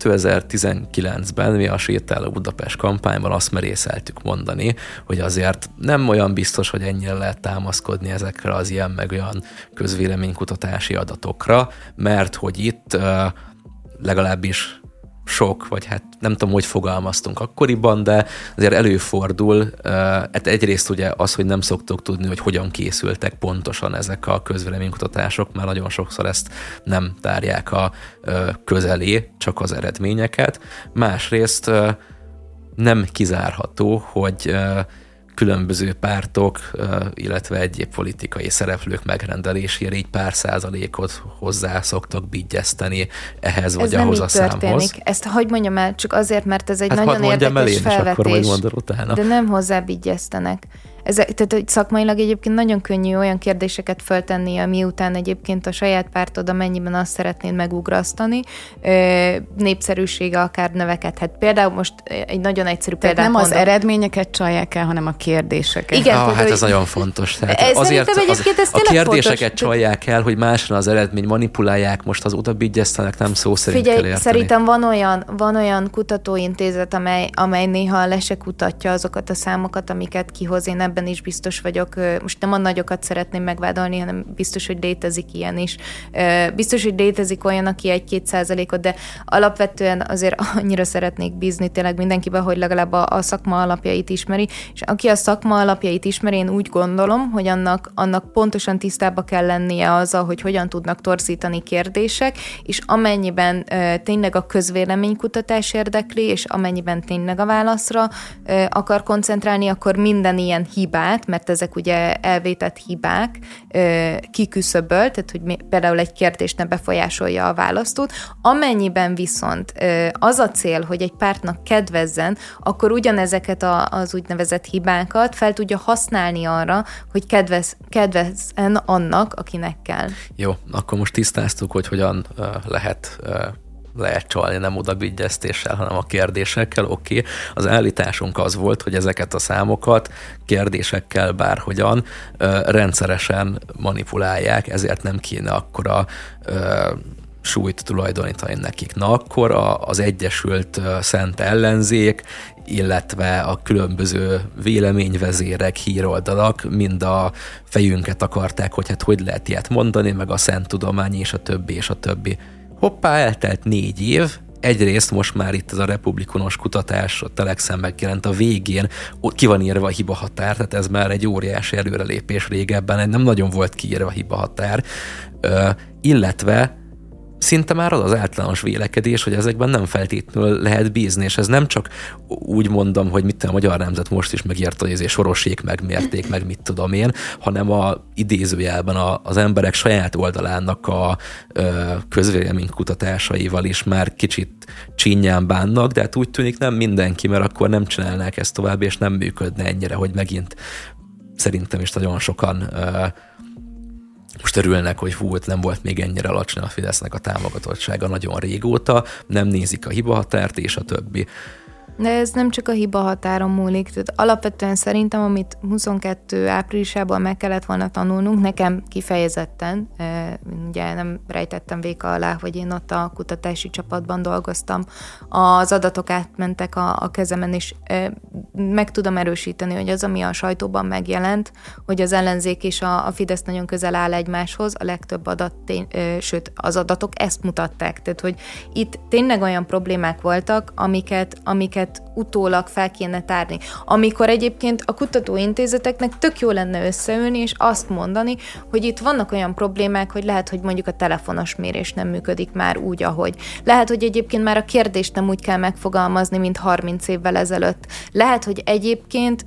2019-ben mi a Sétáló Budapest kampányban azt merészeltük mondani, hogy azért nem olyan biztos, hogy ennyire lehet támaszkodni ezekre az ilyen meg olyan közvéleménykutatási adatokra, mert hogy itt legalábbis sok, vagy hát nem tudom, hogy fogalmaztunk akkoriban, de azért előfordul, hát egyrészt ugye az, hogy nem szoktuk tudni, hogy hogyan készültek pontosan ezek a közvéleménykutatások, mert nagyon sokszor ezt nem tárják a közelé, csak az eredményeket. Másrészt nem kizárható, hogy különböző pártok, illetve egyéb politikai szereplők megrendelésére így pár százalékot hozzá szoktak bigyeszteni ehhez vagy ahhoz a számhoz. Ez nem így történik. Ezt hogy mondjam el, csak azért, mert ez egy nagyon érdekes felvetés. Akkor majd mondod utána. De nem hozzá bigyesztenek. tehát szakmailag egyébként nagyon könnyű olyan kérdéseket föltenni, ami után egyébként a saját pártod amennyiben azt szeretnéd megugrasztani, népszerűsége akár növekedhet. Például most egy nagyon egyszerű példát nem mondom. Az eredményeket csalják el, hanem a kérdéseket. Igen, hát ez nagyon fontos. Azért a kérdéseket csalják el, hogy másra az eredmény manipulálják, most az odabigyeztenek, nem szó szerint kell érteni. Szerintem van olyan kutatóintézet, amely néha le se kutatja azokat a számokat, amiket kihoz. Én ebben is biztos vagyok. Most nem a nagyokat szeretném megvádolni, hanem biztos, hogy létezik ilyen is. Biztos, hogy létezik olyan, aki 1-2%-ot, de alapvetően azért annyira szeretnék bízni tényleg mindenkiben, hogy legalább a szakma alapjait ismeri, és aki a szakma alapjait ismeri, én úgy gondolom, hogy annak pontosan tisztába kell lennie azzal, hogy hogyan tudnak torzítani kérdések, és amennyiben tényleg a közvéleménykutatás érdekli, és amennyiben tényleg a válaszra akar koncentrálni, akkor minden ilyen hibát, mert ezek ugye elvétett hibák, kiküszöböl, tehát hogy például egy kérdés ne befolyásolja a választót. Amennyiben viszont az a cél, hogy egy pártnak kedvezzen, akkor ugyanezeket az úgynevezett hibákat fel tudja használni arra, hogy kedvezzen annak, akinek kell. Jó, akkor most tisztáztuk, hogy hogyan lehet csalni, nem odabigyeztéssel, hanem a kérdésekkel. Oké. Az állításunk az volt, hogy ezeket a számokat kérdésekkel bárhogyan rendszeresen manipulálják, ezért nem kéne akkora súlyt tulajdonítani nekik. Na akkor az Egyesült Szent Ellenzék, illetve a különböző véleményvezérek, híroldalak mind a fejünket akarták, hogy hát hogy lehet ilyet mondani, meg a Szent Tudomány, és a többi, és a többi. Hoppá, eltelt 4 év, egyrészt most már itt ez a republikonos kutatás, a Telexen megjelent a végén, ki van írva a hibahatár, tehát ez már egy óriási előrelépés régebben, nem nagyon volt kiírva a hibahatár, illetve szinte már az általános vélekedés, hogy ezekben nem feltétlenül lehet bízni, és ez nem csak úgy mondom, hogy a Magyar Nemzet most is megírta, hogy ezért Sorosék megmérték, meg mit tudom én, hanem a idézőjelben az emberek saját oldalának a közvéleménykutatásaival is már kicsit csínyán bánnak, de hát úgy tűnik nem mindenki, mert akkor nem csinálnák ezt tovább, és nem működne ennyire, hogy megint szerintem is nagyon sokan most örülnek, hogy nem volt még ennyire alacsony a Fidesznek a támogatottsága nagyon régóta, nem nézik a hibahatárt, és a többi. De ez nem csak a hiba határon múlik. Tehát alapvetően szerintem, amit 22 áprilisában meg kellett volna tanulnunk, nekem kifejezetten, ugye nem rejtettem véka alá, hogy én ott a kutatási csapatban dolgoztam, az adatok átmentek a kezemen, és meg tudom erősíteni, hogy az, ami a sajtóban megjelent, hogy az ellenzék és a Fidesz nagyon közel áll egymáshoz, a legtöbb adat, sőt, az adatok ezt mutatták. Tehát, hogy itt tényleg olyan problémák voltak, amiket utólag fel kéne tárni. Amikor egyébként a kutatóintézeteknek tök jó lenne összeülni, és azt mondani, hogy itt vannak olyan problémák, hogy lehet, hogy mondjuk a telefonos mérés nem működik már úgy, ahogy. Lehet, hogy egyébként már a kérdést nem úgy kell megfogalmazni, mint 30 évvel ezelőtt. Lehet, hogy egyébként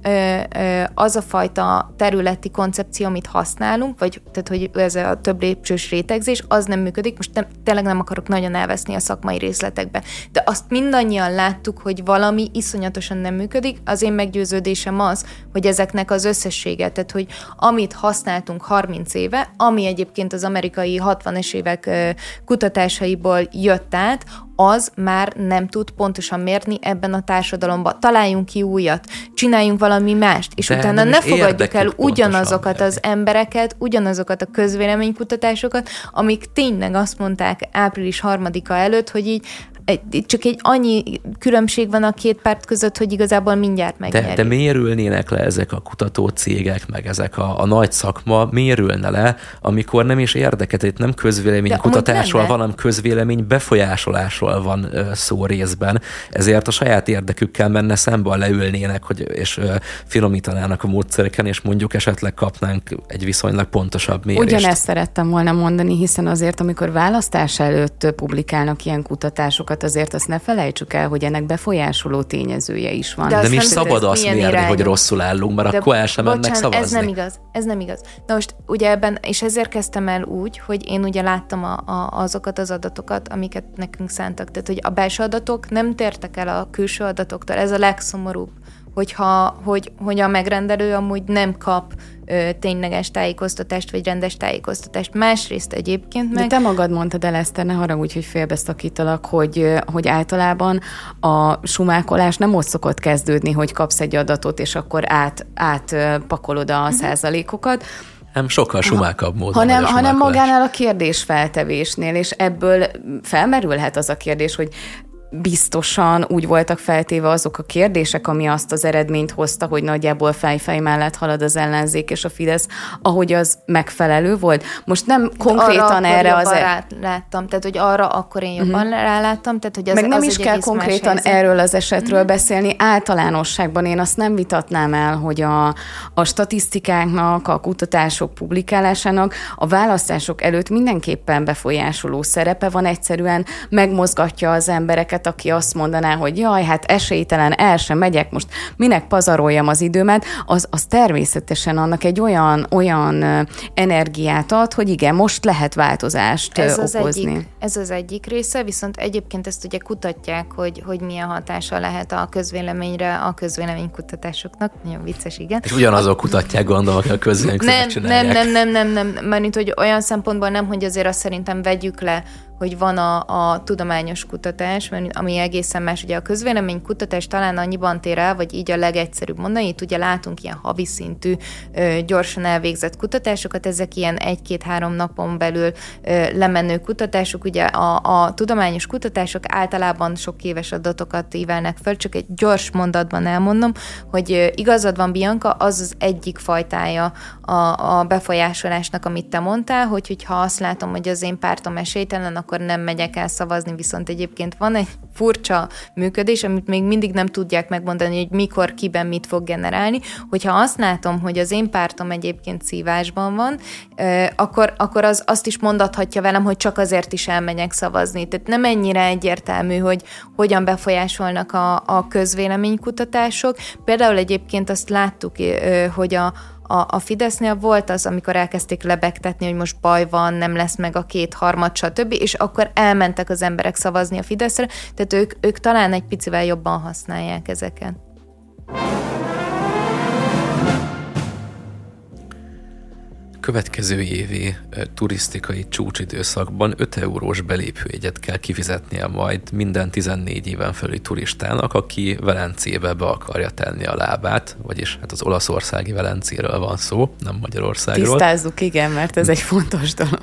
az a fajta területi koncepció, amit használunk, vagy tehát, hogy ez a több lépcsős rétegzés, az nem működik. Most tényleg nem akarok nagyon elveszni a szakmai részletekbe. De azt mindannyian láttuk, hogy valami iszonyatosan nem működik. Az én meggyőződésem az, hogy ezeknek az összessége, tehát hogy amit használtunk 30 éve, ami egyébként az amerikai 60-es évek kutatásaiból jött át, az már nem tud pontosan mérni ebben a társadalomban. Találjunk ki újat, csináljunk valami mást, és utána ne fogadjuk el ugyanazokat az embereket, ugyanazokat a közvéleménykutatásokat, amik tényleg azt mondták április 3-a előtt, hogy így csak egy annyi különbség van a két párt között, hogy igazából mindjárt megnyerjük. De mérülnének le ezek a kutató cégek, meg ezek a nagy szakma, mérülne le, amikor nem is érdeket, itt nem közvéleménykutatásról van, hanem közvélemény befolyásolásról van szó részben. Ezért a saját érdekükkel menne szembe, leülnének, és finomítanának a módszereken, és mondjuk esetleg kapnánk egy viszonylag pontosabb mérést. Ugyanezt szerettem volna mondani, hiszen azért, amikor választás előtt publikálnak ilyen kutatásokat, azért azt ne felejtsük el, hogy ennek befolyásoló tényezője is van. De mi is szabad azt mérni, hogy rosszul állunk, mert akkor el sem mennek szavazni. Ez nem igaz. Na most ugye ebben, és ezért kezdtem el úgy, hogy én ugye láttam azokat az adatokat, amiket nekünk szántak. Tehát, hogy a belső adatok nem tértek el a külső adatoktól. Ez a legszomorúbb, hogy a megrendelő amúgy nem kap tényleges tájékoztatást, vagy rendes tájékoztatást. Másrészt egyébként meg... De te magad mondtad el, Eszter, ne haragudj, hogy félbeszakítalak, hogy általában a sumákolás nem ott szokott kezdődni, hogy kapsz egy adatot, és akkor átpakolod a százalékokat, Nem sokkal sumákabb módon. Hanem magánál a kérdésfeltevésnél, és ebből felmerülhet az a kérdés, hogy biztosan úgy voltak feltéve azok a kérdések, ami azt az eredményt hozta, hogy nagyjából fejfej mellett halad az ellenzék és a Fidesz, ahogy az megfelelő volt. Most nem konkrétan erre az... láttam, tehát hogy arra akkor én jobban ráláttam, tehát hogy az meg nem az is kell konkrétan erről az esetről beszélni, általánosságban én azt nem vitatnám el, hogy a statisztikáknak, a kutatások publikálásának a választások előtt mindenképpen befolyásoló szerepe van, egyszerűen megmozgatja az embereket, aki azt mondaná, hogy jaj, hát esélytelen, el sem megyek, most minek pazaroljam az időmet, az természetesen annak egy olyan energiát ad, hogy igen, most lehet változást okozni. Ez az egyik része, viszont egyébként ezt ugye kutatják, hogy milyen hatása lehet a közvéleményre, a közvéleménykutatásoknak. Nagyon vicces, igen. És ugyanazok kutatják, gondolom, akik a közvéleménykutatást csinálják. Nem. Mármint, hogy olyan szempontból nem, hogy azért azt szerintem vegyük le, hogy van a tudományos kutatás, ami egészen más. Ugye a közvéleménykutatás talán annyiban tér el, vagy így a legegyszerűbb mondani, itt ugye látunk ilyen havi szintű, gyorsan elvégzett kutatásokat, ezek ilyen 1-2-3 napon belül lemenő kutatások. Ugye a tudományos kutatások általában sok éves adatokat ívelnek fel, csak egy gyors mondatban elmondom, hogy igazad van, Bianca, az egyik fajtája a befolyásolásnak, amit te mondtál, hogyha azt látom, hogy az én pártom esélytelen, akkor nem megyek el szavazni, viszont egyébként van egy furcsa működés, amit még mindig nem tudják megmondani, hogy mikor, kiben mit fog generálni. Hogyha azt látom, hogy az én pártom egyébként szívásban van, akkor azt is mondathatja velem, hogy csak azért is elmegyek szavazni. Tehát nem ennyire egyértelmű, hogy hogyan befolyásolnak a közvéleménykutatások. Például egyébként azt láttuk, hogy a Fidesznél volt az, amikor elkezdték lebegtetni, hogy most baj van, nem lesz meg a 2/3, stb., és akkor elmentek az emberek szavazni a Fideszre, tehát ők talán egy picivel jobban használják ezeket. Következő évi turisztikai csúcsidőszakban 5 eurós belépőjegyet kell kifizetnie majd minden 14 éven felüli turistának, aki Velencébe be akarja tenni a lábát, vagyis hát az olaszországi Velencéről van szó, nem Magyarországról. Tisztázzuk, igen, mert ez egy fontos dolog.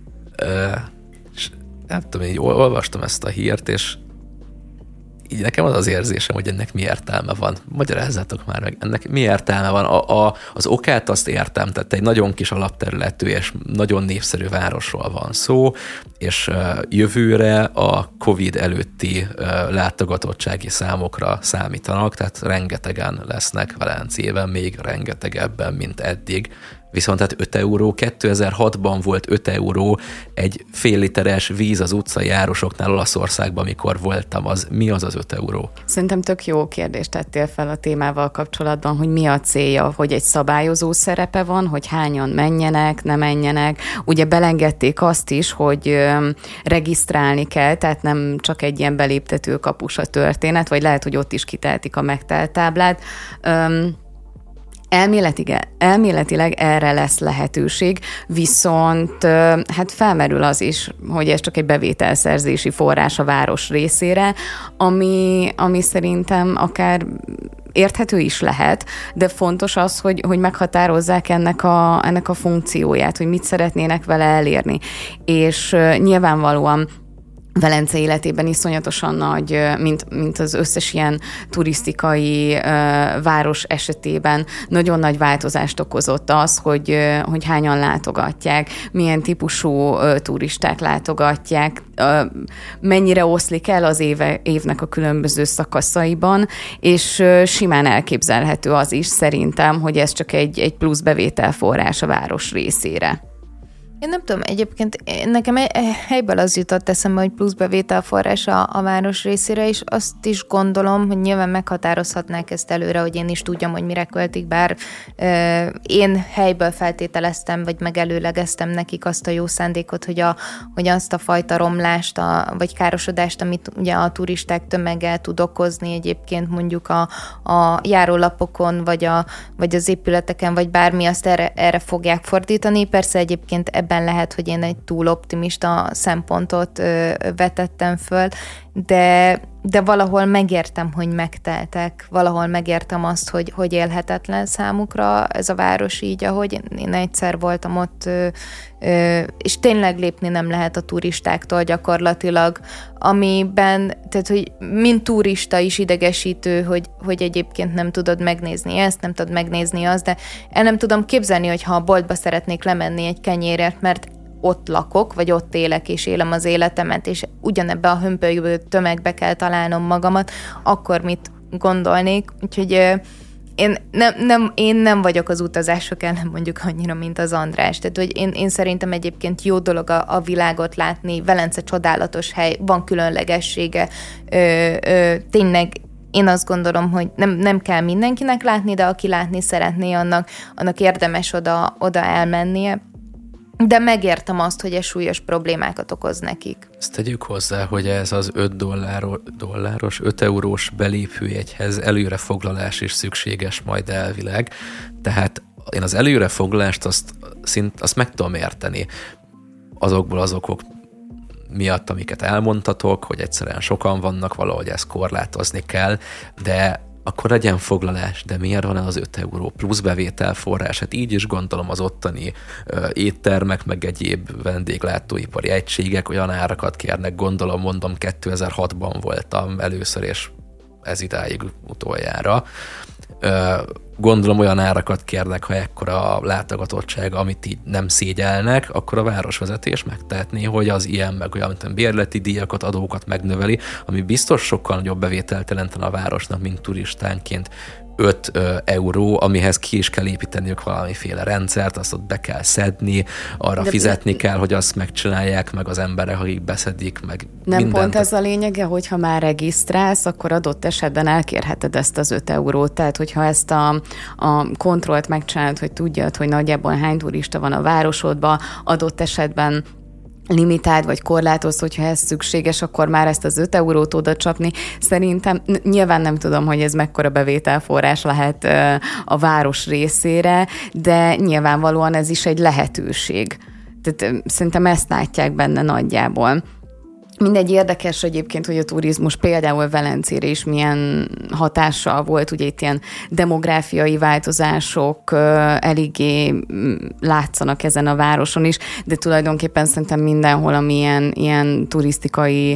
Nem tudom, én olvastam ezt a hírt, és így nekem az érzésem, hogy ennek mi értelme van. Magyarázzátok már meg, ennek mi értelme van. Az okát azt értem, tehát egy nagyon kis alapterületű és nagyon népszerű városról van szó, és jövőre a Covid előtti látogatottsági számokra számítanak, tehát rengetegen lesznek Velencében, még rengetegebben, mint eddig. Viszont hát 5 euró, 2006-ban volt 5 euró egy fél literes víz az utcai árusoknál Olaszországban, amikor voltam. Mi az 5 euró? Szerintem tök jó kérdést tettél fel a témával kapcsolatban, hogy mi a célja, hogy egy szabályozó szerepe van, hogy hányan menjenek, ne menjenek. Ugye belengedték azt is, hogy regisztrálni kell, tehát nem csak egy ilyen beléptető kapus a történet, vagy lehet, hogy ott is kiteltik a megtelt táblát. Elméletileg erre lesz lehetőség, viszont hát felmerül az is, hogy ez csak egy bevételszerzési forrás a város részére, ami szerintem akár érthető is lehet, de fontos az, hogy meghatározzák ennek a funkcióját, hogy mit szeretnének vele elérni. És nyilvánvalóan Velence életében iszonyatosan nagy, mint az összes ilyen turisztikai város esetében nagyon nagy változást okozott az, hogy hányan látogatják, milyen típusú turisták látogatják, mennyire oszlik el az évnek a különböző szakaszaiban, és simán elképzelhető az is szerintem, hogy ez csak egy plusz bevételforrás a város részére. Én nem tudom, egyébként nekem helyből az jutott eszembe, hogy plusz bevételforrás a város részére, és azt is gondolom, hogy nyilván meghatározhatnák ezt előre, hogy én is tudjam, hogy mire költik, bár én helyből feltételeztem, vagy megelőlegeztem nekik azt a jó szándékot, hogy azt a fajta romlást, vagy károsodást, amit ugye a turisták tömeggel tud okozni egyébként mondjuk a járólapokon, vagy az épületeken, vagy bármi, azt erre fogják fordítani. Persze egyébként ebben lehet, hogy én egy túl optimista szempontot vetettem föl, de valahol megértem, hogy megteltek, valahol megértem azt, hogy élhetetlen számukra ez a város így, ahogy én egyszer voltam ott, és tényleg lépni nem lehet a turistáktól gyakorlatilag, amiben, tehát hogy mint turista is idegesítő, hogy egyébként nem tudod megnézni ezt, nem tudod megnézni azt, de el nem tudom képzelni, hogy ha a boltba szeretnék lemenni egy kenyérért, mert ott lakok, vagy ott élek, és élem az életemet, és ugyanebbe a hömpölygő tömegbe kell magamat, akkor mit gondolnék? Úgyhogy én nem vagyok az utazások ellen mondjuk annyira, mint az András. Tehát, hogy én szerintem egyébként jó dolog a világot látni, Velence csodálatos hely, van különlegessége, tényleg én azt gondolom, hogy nem kell mindenkinek látni, de aki látni szeretné, annak érdemes oda elmennie. De megértem azt, hogy ez súlyos problémákat okoz nekik. Ezt tegyük hozzá, hogy ez az 5 eurós belépőjegyhez előrefoglalás is szükséges majd elvileg. Tehát én az előrefoglalást azt meg tudom érteni azokból az okok miatt, amiket elmondtatok, hogy egyszerűen sokan vannak, valahogy ezt korlátozni kell, de akkor legyen foglalás, de miért van az 5 euró plusz bevételforrás? Hát így is gondolom az ottani éttermek, meg egyéb vendéglátóipari egységek olyan árakat kérnek, mondom, 2006-ban voltam először, és ez idáig utoljára. Gondolom olyan árakat kérnek, ha ekkora a látogatottság, amit így nem szégyelnek, akkor a városvezetés megtehetné, hogy az ilyen meg olyan, mint bérleti díjakat, adókat megnöveli, ami biztos sokkal nagyobb bevételt jelentene a városnak, mint turistánként 5 euró, amihez ki is kell építeniük valamiféle rendszert, azt ott be kell szedni, arra fizetni kell, hogy azt megcsinálják, meg az emberek, akik beszedik, meg nem mindent. Pont ez a lényege, hogyha már regisztrálsz, akkor adott esetben elkérheted ezt az 5 eurót. Tehát, hogyha ezt a kontrollt megcsinálod, hogy tudjad, hogy nagyjából hány turista van a városodban, adott esetben limitált vagy korlátoz, hogyha ez szükséges, akkor már ezt az 5 eurót oda csapni. Szerintem nyilván nem tudom, hogy ez mekkora bevételforrás lehet a város részére, de nyilvánvalóan ez is egy lehetőség. Tehát szerintem ezt látják benne nagyjából. Mindegy, érdekes egyébként, hogy a turizmus például Velencére is milyen hatással volt, ugye itt ilyen demográfiai változások eléggé látszanak ezen a városon is, de tulajdonképpen szerintem mindenhol, ami ilyen turisztikai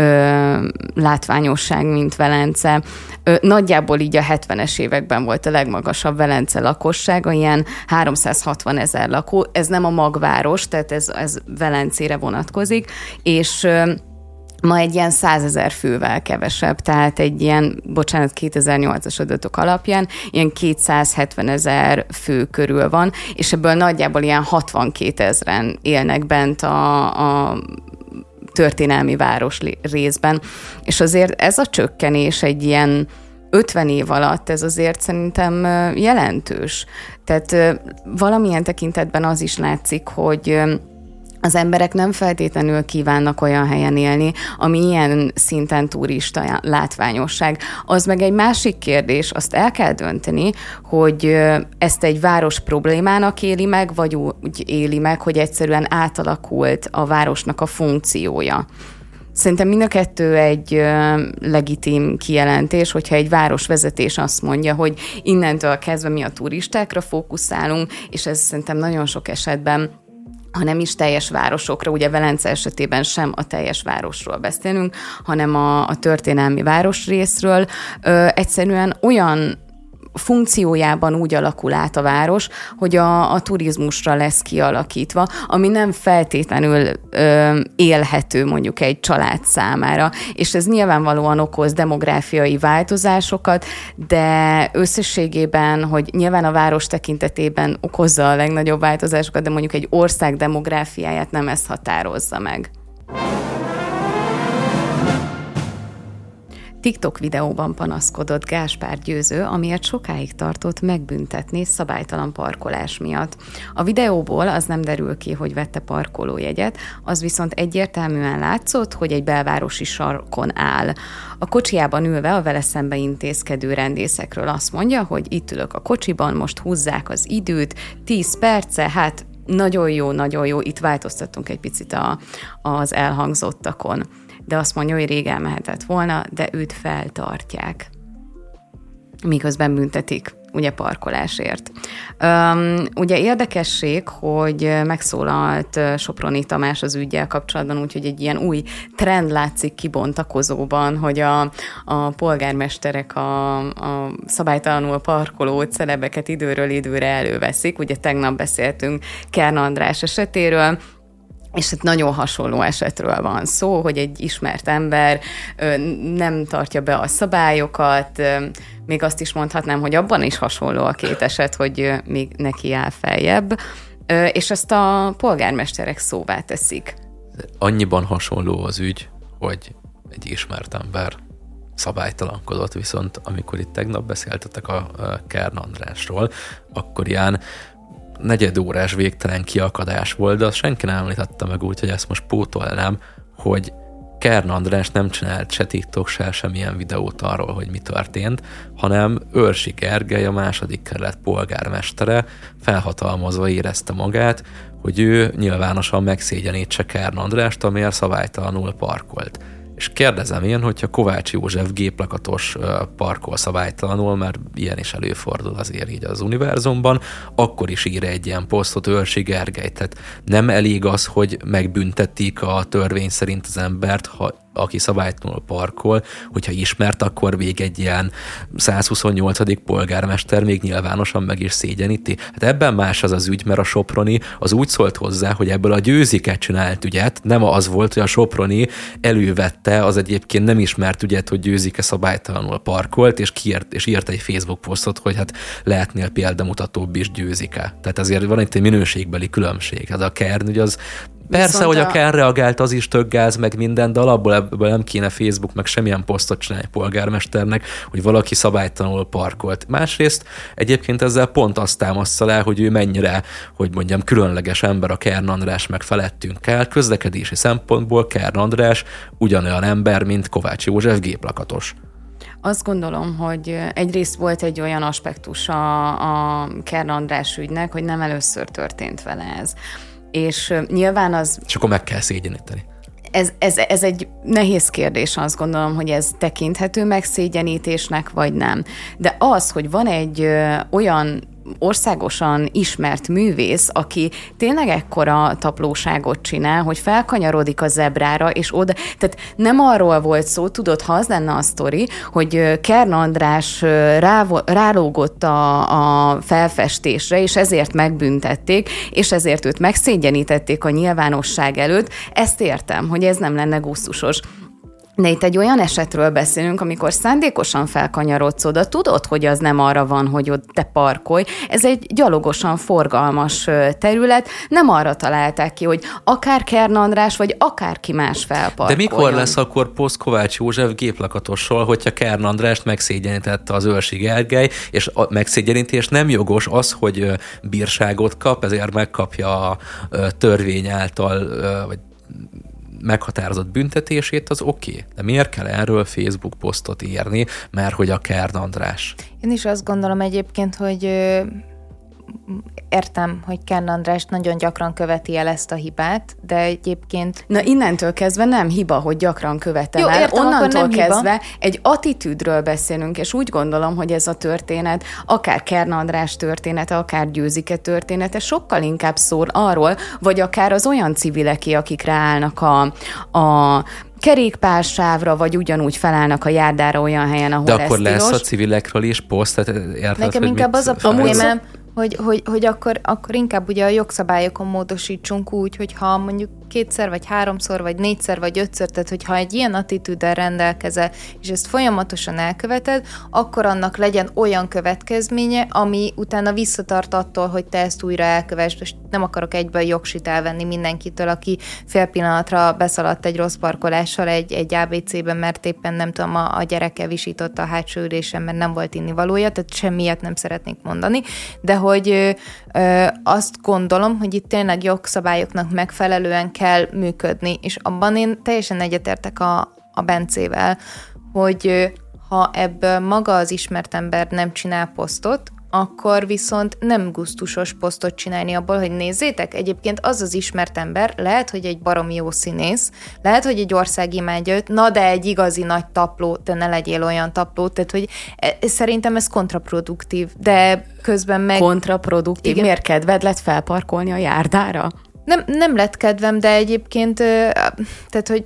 látványosság, mint Velence. Nagyjából így a 70-es években volt a legmagasabb Velence lakossága, ilyen 360 000 lakó. Ez nem a magváros, tehát ez Velencére vonatkozik, és ma egy ilyen 100 000 fővel kevesebb, tehát egy ilyen, 2008-as adatok alapján ilyen 270 000 fő körül van, és ebből nagyjából ilyen 62 000-en élnek bent a történelmi város részben. És azért ez a csökkenés egy ilyen 50 év alatt, ez azért szerintem jelentős. Tehát valamilyen tekintetben az is látszik, hogy az emberek nem feltétlenül kívánnak olyan helyen élni, ami ilyen szinten turista látványosság. Az meg egy másik kérdés, azt el kell dönteni, hogy ezt egy város problémának éli meg, vagy úgy éli meg, hogy egyszerűen átalakult a városnak a funkciója. Szerintem mind a kettő egy legitim kijelentés, hogyha egy városvezetés azt mondja, hogy innentől kezdve mi a turistákra fókuszálunk, és ez szerintem nagyon sok esetben, ha nem is teljes városokra, ugye Velence esetében sem a teljes városról beszélünk, hanem a történelmi városrészről, egyszerűen olyan funkciójában úgy alakul át a város, hogy a turizmusra lesz kialakítva, ami nem feltétlenül élhető mondjuk egy család számára, és ez nyilvánvalóan okoz demográfiai változásokat, de összességében, hogy nyilván a város tekintetében okozza a legnagyobb változásokat, de mondjuk egy ország demográfiáját nem ez határozza meg. TikTok videóban panaszkodott Gáspár Győző, amiért sokáig tartott megbüntetni szabálytalan parkolás miatt. A videóból az nem derül ki, hogy vette parkolójegyet, az viszont egyértelműen látszott, hogy egy belvárosi sarkon áll. A kocsijában ülve a vele szembe intézkedő rendészekről azt mondja, hogy itt ülök a kocsiban, most húzzák az időt, 10 perce, hát nagyon jó, itt változtattunk egy picit az elhangzottakon. De azt mondja, hogy rég elmehetett volna, de őt feltartják. Miközben büntetik, ugye parkolásért. Ugye érdekesség, hogy megszólalt Soproni Tamás az üggyel kapcsolatban, úgyhogy egy ilyen új trend látszik kibontakozóban, hogy a polgármesterek a szabálytalanul parkoló celebeket időről időre előveszik. Ugye tegnap beszéltünk Kern András esetéről, és itt nagyon hasonló esetről van szó, hogy egy ismert ember nem tartja be a szabályokat, még azt is mondhatnám, hogy abban is hasonló a két eset, hogy még neki áll feljebb, és ezt a polgármesterek szóvá teszik. Annyiban hasonló az ügy, hogy egy ismert ember szabálytalankodott, viszont amikor itt tegnap beszéltetek a Kern Andrásról, akkor ilyen negyedórás végtelen kiakadás volt, de azt senki nem említette meg úgy, hogy ezt most pótolnám, hogy Kern András nem csinált se TikTok, se semmilyen videót arról, hogy mi történt, hanem Őrsi Gergely, a második kerület polgármestere felhatalmazva érezte magát, hogy ő nyilvánosan megszégyenítse Kern Andrást, amiért szabálytalanul parkolt. És kérdezem én, hogyha Kovács József géplakatos parkol szabálytalanul, mert ilyen is előfordul azért így az univerzumban, akkor is ír egy ilyen posztot Őrsi Gergely. Tehát nem elég az, hogy megbüntetik a törvény szerint az embert, aki szabálytalanul parkol, hogyha ismert, akkor még egy ilyen 128. polgármester még nyilvánosan meg is szégyeníti. Hát ebben más az ügy, mert a Soproni az úgy szólt hozzá, hogy ebből a Győziket csinált ügyet, nem az volt, hogy a Soproni elővette az egyébként nem ismert ügyet, hogy Győzike szabálytalanul parkolt, és írt egy Facebook posztot, hogy hát lehetnél példamutatóbb is Győzike. Tehát azért van itt egy minőségbeli különbség. Hát a Kern ügy az persze, hogy a Kern reagált, az is tök gáz, meg minden, de alapból ebből nem kéne Facebook, meg semmilyen posztot csinálni polgármesternek, hogy valaki szabálytalanul parkolt. Másrészt egyébként ezzel pont azt támasztja le, hogy ő mennyire, hogy mondjam, különleges ember a Kern András, meg felettünk el. Közlekedési szempontból Kern András ugyanolyan ember, mint Kovács József géplakatos. Azt gondolom, hogy egyrészt volt egy olyan aspektus a Kern András ügynek, hogy nem először történt vele ez. És nyilván az... És akkor meg kell szégyeníteni. Ez egy nehéz kérdés, azt gondolom, hogy ez tekinthető megszégyenítésnek, vagy nem. De az, hogy van egy olyan országosan ismert művész, aki tényleg ekkora taplóságot csinál, hogy felkanyarodik a zebrára, és oda, tehát nem arról volt szó, tudod, ha az lenne a sztori, hogy Kern András rálógott a felfestésre, és ezért megbüntették, és ezért őt megszégyenítették a nyilvánosság előtt, ezt értem, hogy ez nem lenne gusztusos. De itt egy olyan esetről beszélünk, amikor szándékosan felkanyarodsz oda, tudod, hogy az nem arra van, hogy ott te parkolj. Ez egy gyalogosan forgalmas terület, nem arra találták ki, hogy akár Kern András, vagy akárki más felparkoljon. De mikor lesz akkor poszt Kovács József géplakatossal, hogyha Kern Andrást megszégyenítette az Őrsi Gergely, és a megszégyenítés nem jogos az, hogy bírságot kap, ezért megkapja a törvény által, vagy meghatározott büntetését, az oké. De miért kell erről Facebook posztot írni, mert hogy a Kern András? Én is azt gondolom egyébként, hogy értem, hogy Kern András nagyon gyakran követi el ezt a hibát, de egyébként... Na innentől kezdve nem hiba, hogy gyakran követem Jó, el. értem, Onnantól nem kezdve hiba. egy attitűdről beszélünk, és úgy gondolom, hogy ez a történet, akár Kern András története, akár Győzike története, sokkal inkább szól arról, vagy akár az olyan civileké, akik ráállnak a kerékpársávra, vagy ugyanúgy felállnak a járdára olyan helyen, ahol de ez akkor tilos. lesz a civilekről is poszt? Nekem inkább az a problémám, hogy akkor inkább ugye a jogszabályokon módosítsunk úgy, hogyha mondjuk 2-szer, vagy 3-szor, vagy 4-szer, vagy 5-ször, tehát hogyha egy ilyen attitűddel rendelkezel, és ezt folyamatosan elköveted, akkor annak legyen olyan következménye, ami utána visszatart attól, hogy te ezt újra elkövesd. Most nem akarok egyből jogsit elvenni mindenkitől, aki fél pillanatra beszaladt egy rossz parkolással egy ABC-ben, mert éppen nem tudom, a gyereke visította a hátsó ülésen, mert nem volt innivalója, tehát semmilyet nem szeretnék mondani, de hogy azt gondolom, hogy itt tényleg jogszabályoknak megfelelően kell működni, és abban én teljesen egyetértek a Bencével, hogy ha ebből maga az ismert ember nem csinál posztot, akkor viszont nem gusztusos posztot csinálni abból, hogy nézzétek, egyébként az ismert ember lehet, hogy egy baromi jó színész, lehet, hogy egy ország imádja őt, na de egy igazi nagy tapló, te ne legyél olyan tapló, tehát hogy szerintem ez kontraproduktív, de közben meg... Kontraproduktív? Igen. Miért kedved lett felparkolni a járdára? Nem lett kedvem, de egyébként, tehát, hogy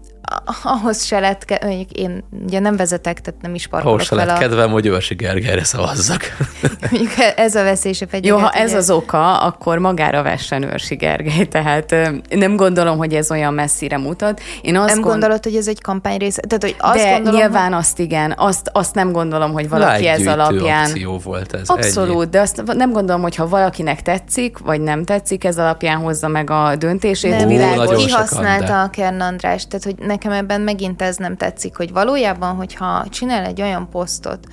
ahhoz se lett, mondjuk én ugye nem vezetek, tehát nem is parkolok ahhoz se lett kedvem, hogy Őrsi Gergelyre szavazzak. Mondjuk ez a veszélye fegyeget. Jó, ha ez az oka, akkor magára vessen Őrsi Gergely, tehát nem gondolom, hogy ez olyan messzire mutat. Én azt gondolod, hogy ez egy kampány része? Tehát, hogy azt de gondolom, nyilván azt igen, azt nem gondolom, hogy valaki ez alapján... akció volt ez. Abszolút, ennyi. de azt nem gondolom, hogy ha valakinek tetszik, vagy nem tetszik, ez alapján hozza meg a döntését. nem, nagyon kihasználta a Kern András, tehát hogy nekem ebben megint ez nem tetszik, hogy valójában, hogyha csinál egy olyan posztot,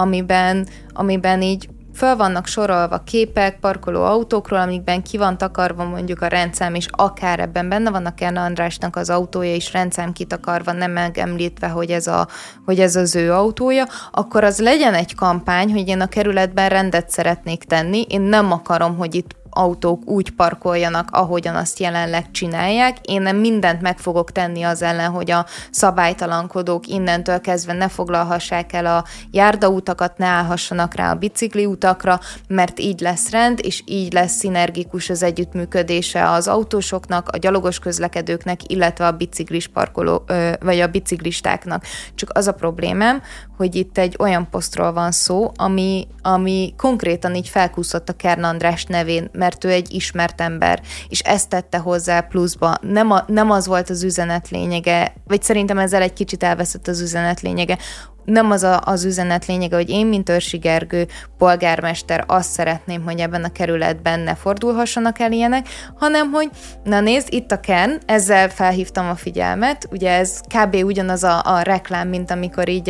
amiben így föl vannak sorolva képek parkoló autókról, amikben ki van takarva mondjuk a rendszám, és akár ebben benne van a Kern Andrásnak az autója is rendszám kitakarva, nem megemlítve, hogy ez az ő autója, akkor az legyen egy kampány, hogy én a kerületben rendet szeretnék tenni, én nem akarom, hogy itt autók úgy parkoljanak, ahogyan azt jelenleg csinálják. Én nem mindent meg fogok tenni az ellen, hogy a szabálytalankodók innentől kezdve ne foglalhassák el a járdautakat, ne állhassanak rá a bicikliutakra, mert így lesz rend, és így lesz szinergikus az együttműködése az autósoknak, a gyalogos közlekedőknek, illetve a biciklis parkoló, vagy a biciklistáknak. Csak az a problémám, hogy itt egy olyan posztról van szó, ami konkrétan így felkúszott a Kern András nevén, mert ő egy ismert ember, és ezt tette hozzá pluszba. Nem az volt az üzenet lényege, vagy szerintem ezzel egy kicsit elveszett az üzenet lényege. Nem az üzenet lényege, hogy én, mint Őrsi Gergő polgármester, azt szeretném, hogy ebben a kerületben ne fordulhassanak el ilyenek, hanem, hogy na nézd, itt a Kern, ezzel felhívtam a figyelmet, ugye ez kb. Ugyanaz a reklám, mint amikor így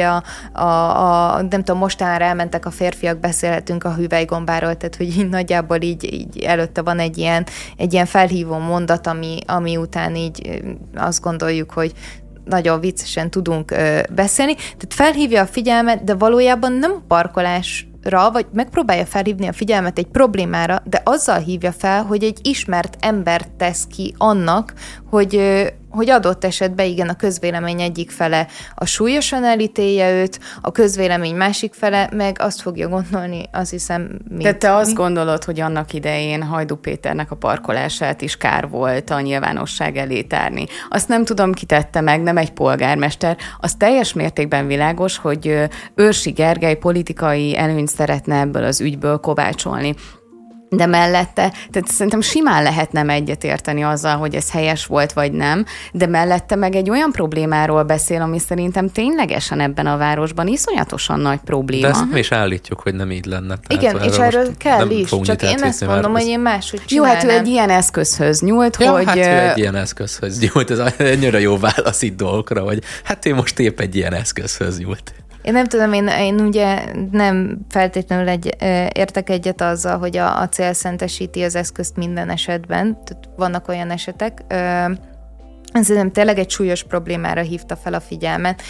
nem tudom, mostanra elmentek a férfiak, beszélhetünk a hüvelygombáról, tehát hogy így nagyjából így előtte van egy ilyen felhívó mondat, ami után így azt gondoljuk, hogy nagyon viccesen tudunk beszélni. Tehát felhívja a figyelmet, de valójában nem a parkolásra, vagy megpróbálja felhívni a figyelmet egy problémára, de azzal hívja fel, hogy egy ismert embert tesz ki annak, hogy adott esetben igen, a közvélemény egyik fele a súlyosan elítélje őt, a közvélemény másik fele meg azt fogja gondolni, azt hiszem... Tehát te azt gondolod, hogy annak idején Hajdú Péternek a parkolását is kár volt a nyilvánosság elé tárni. Azt nem tudom, ki tette meg, nem egy polgármester. Az teljes mértékben világos, hogy Őrsi Gergely politikai előnyt szeretne ebből az ügyből kovácsolni. De mellette, tehát szerintem simán lehet nem egyetérteni azzal, hogy ez helyes volt, vagy nem, de mellette meg egy olyan problémáról beszél, ami szerintem ténylegesen ebben a városban iszonyatosan nagy probléma. De ezt mi is állítjuk, hogy nem így lenne. Igen, és erről kell is, csak én ezt mondom, hogy én máshogy csinálnám. Jó, hát ő egy ilyen eszközhöz nyúlt, ja, hogy... hát ő egy ilyen eszközhöz nyúlt, ez annyira jó válasz itt dolgokra, hogy hát ő most épp egy ilyen eszközhöz nyúlt. Én nem tudom, én ugye nem feltétlenül értek egyet azzal, hogy a cél szentesíti az eszközt minden esetben, tehát vannak olyan esetek. Szerintem tényleg egy súlyos problémára hívta fel a figyelmet.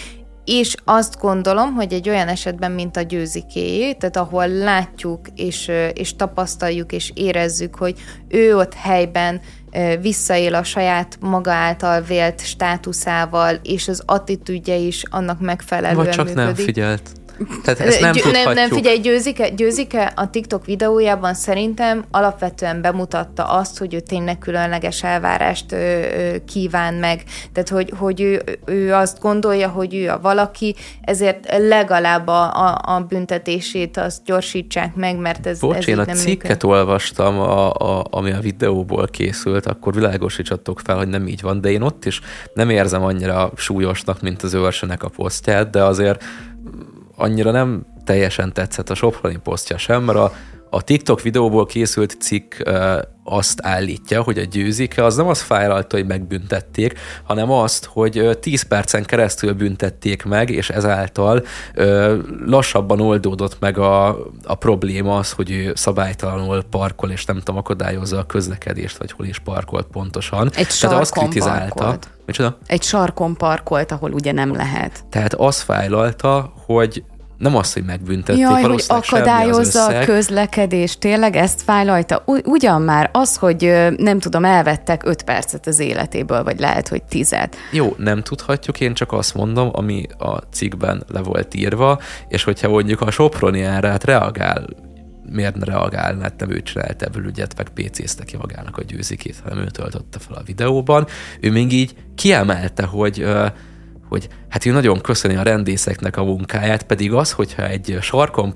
És azt gondolom, hogy egy olyan esetben, mint a Győzikéjé, tehát ahol látjuk és tapasztaljuk és érezzük, hogy ő ott helyben visszaél a saját maga által vélt státuszával, és az attitűdje is annak megfelelően vagy csak működik. nem figyelt. Tehát ezt nem tudhatjuk. Nem, figyelj, Győzike a TikTok videójában szerintem alapvetően bemutatta azt, hogy ő tényleg különleges elvárást kíván meg. Tehát, hogy ő azt gondolja, hogy ő a valaki, ezért legalább a büntetését azt gyorsítsák meg, mert ez én a nem cikket működik. olvastam, ami a videóból készült, akkor világosítsatok fel, hogy nem így van, de én ott is nem érzem annyira súlyosnak, mint az Őrsönek a posztját, de azért annyira nem teljesen tetszett a Soproni posztja sem, mert a TikTok videóból készült cikk azt állítja, hogy a Győzike az nem azt fájlalta, hogy megbüntették, hanem azt, hogy 10 percen keresztül büntették meg, és ezáltal lassabban oldódott meg a probléma az, hogy ő szabálytalanul parkol, és nem tudom, akadályozza a közlekedést, vagy hol is parkolt pontosan. Egy sarkon parkolt. Micsoda? Egy sarkon parkolt, ahol ugye nem lehet. Tehát azt fájlalta, hogy nem azt, hogy megbüntették, jaj, hogy valószínűleg akadályozza a közlekedést, tényleg ezt fájlalta. Ugyan már az, hogy nem tudom, elvettek 5 percet az életéből, vagy lehet, hogy 10. Jó, nem tudhatjuk, én csak azt mondom, ami a cikkben le volt írva, és hogyha mondjuk a Soproni árát reagál, miért ne reagálna, nem ő csinált ebből ügyet, meg PC-ztek magának a Győzikét, hanem ő töltötte fel a videóban. Ő még így kiemelte, hogy hát ő nagyon köszöni a rendészeknek a munkáját, pedig az, hogyha egy sarkon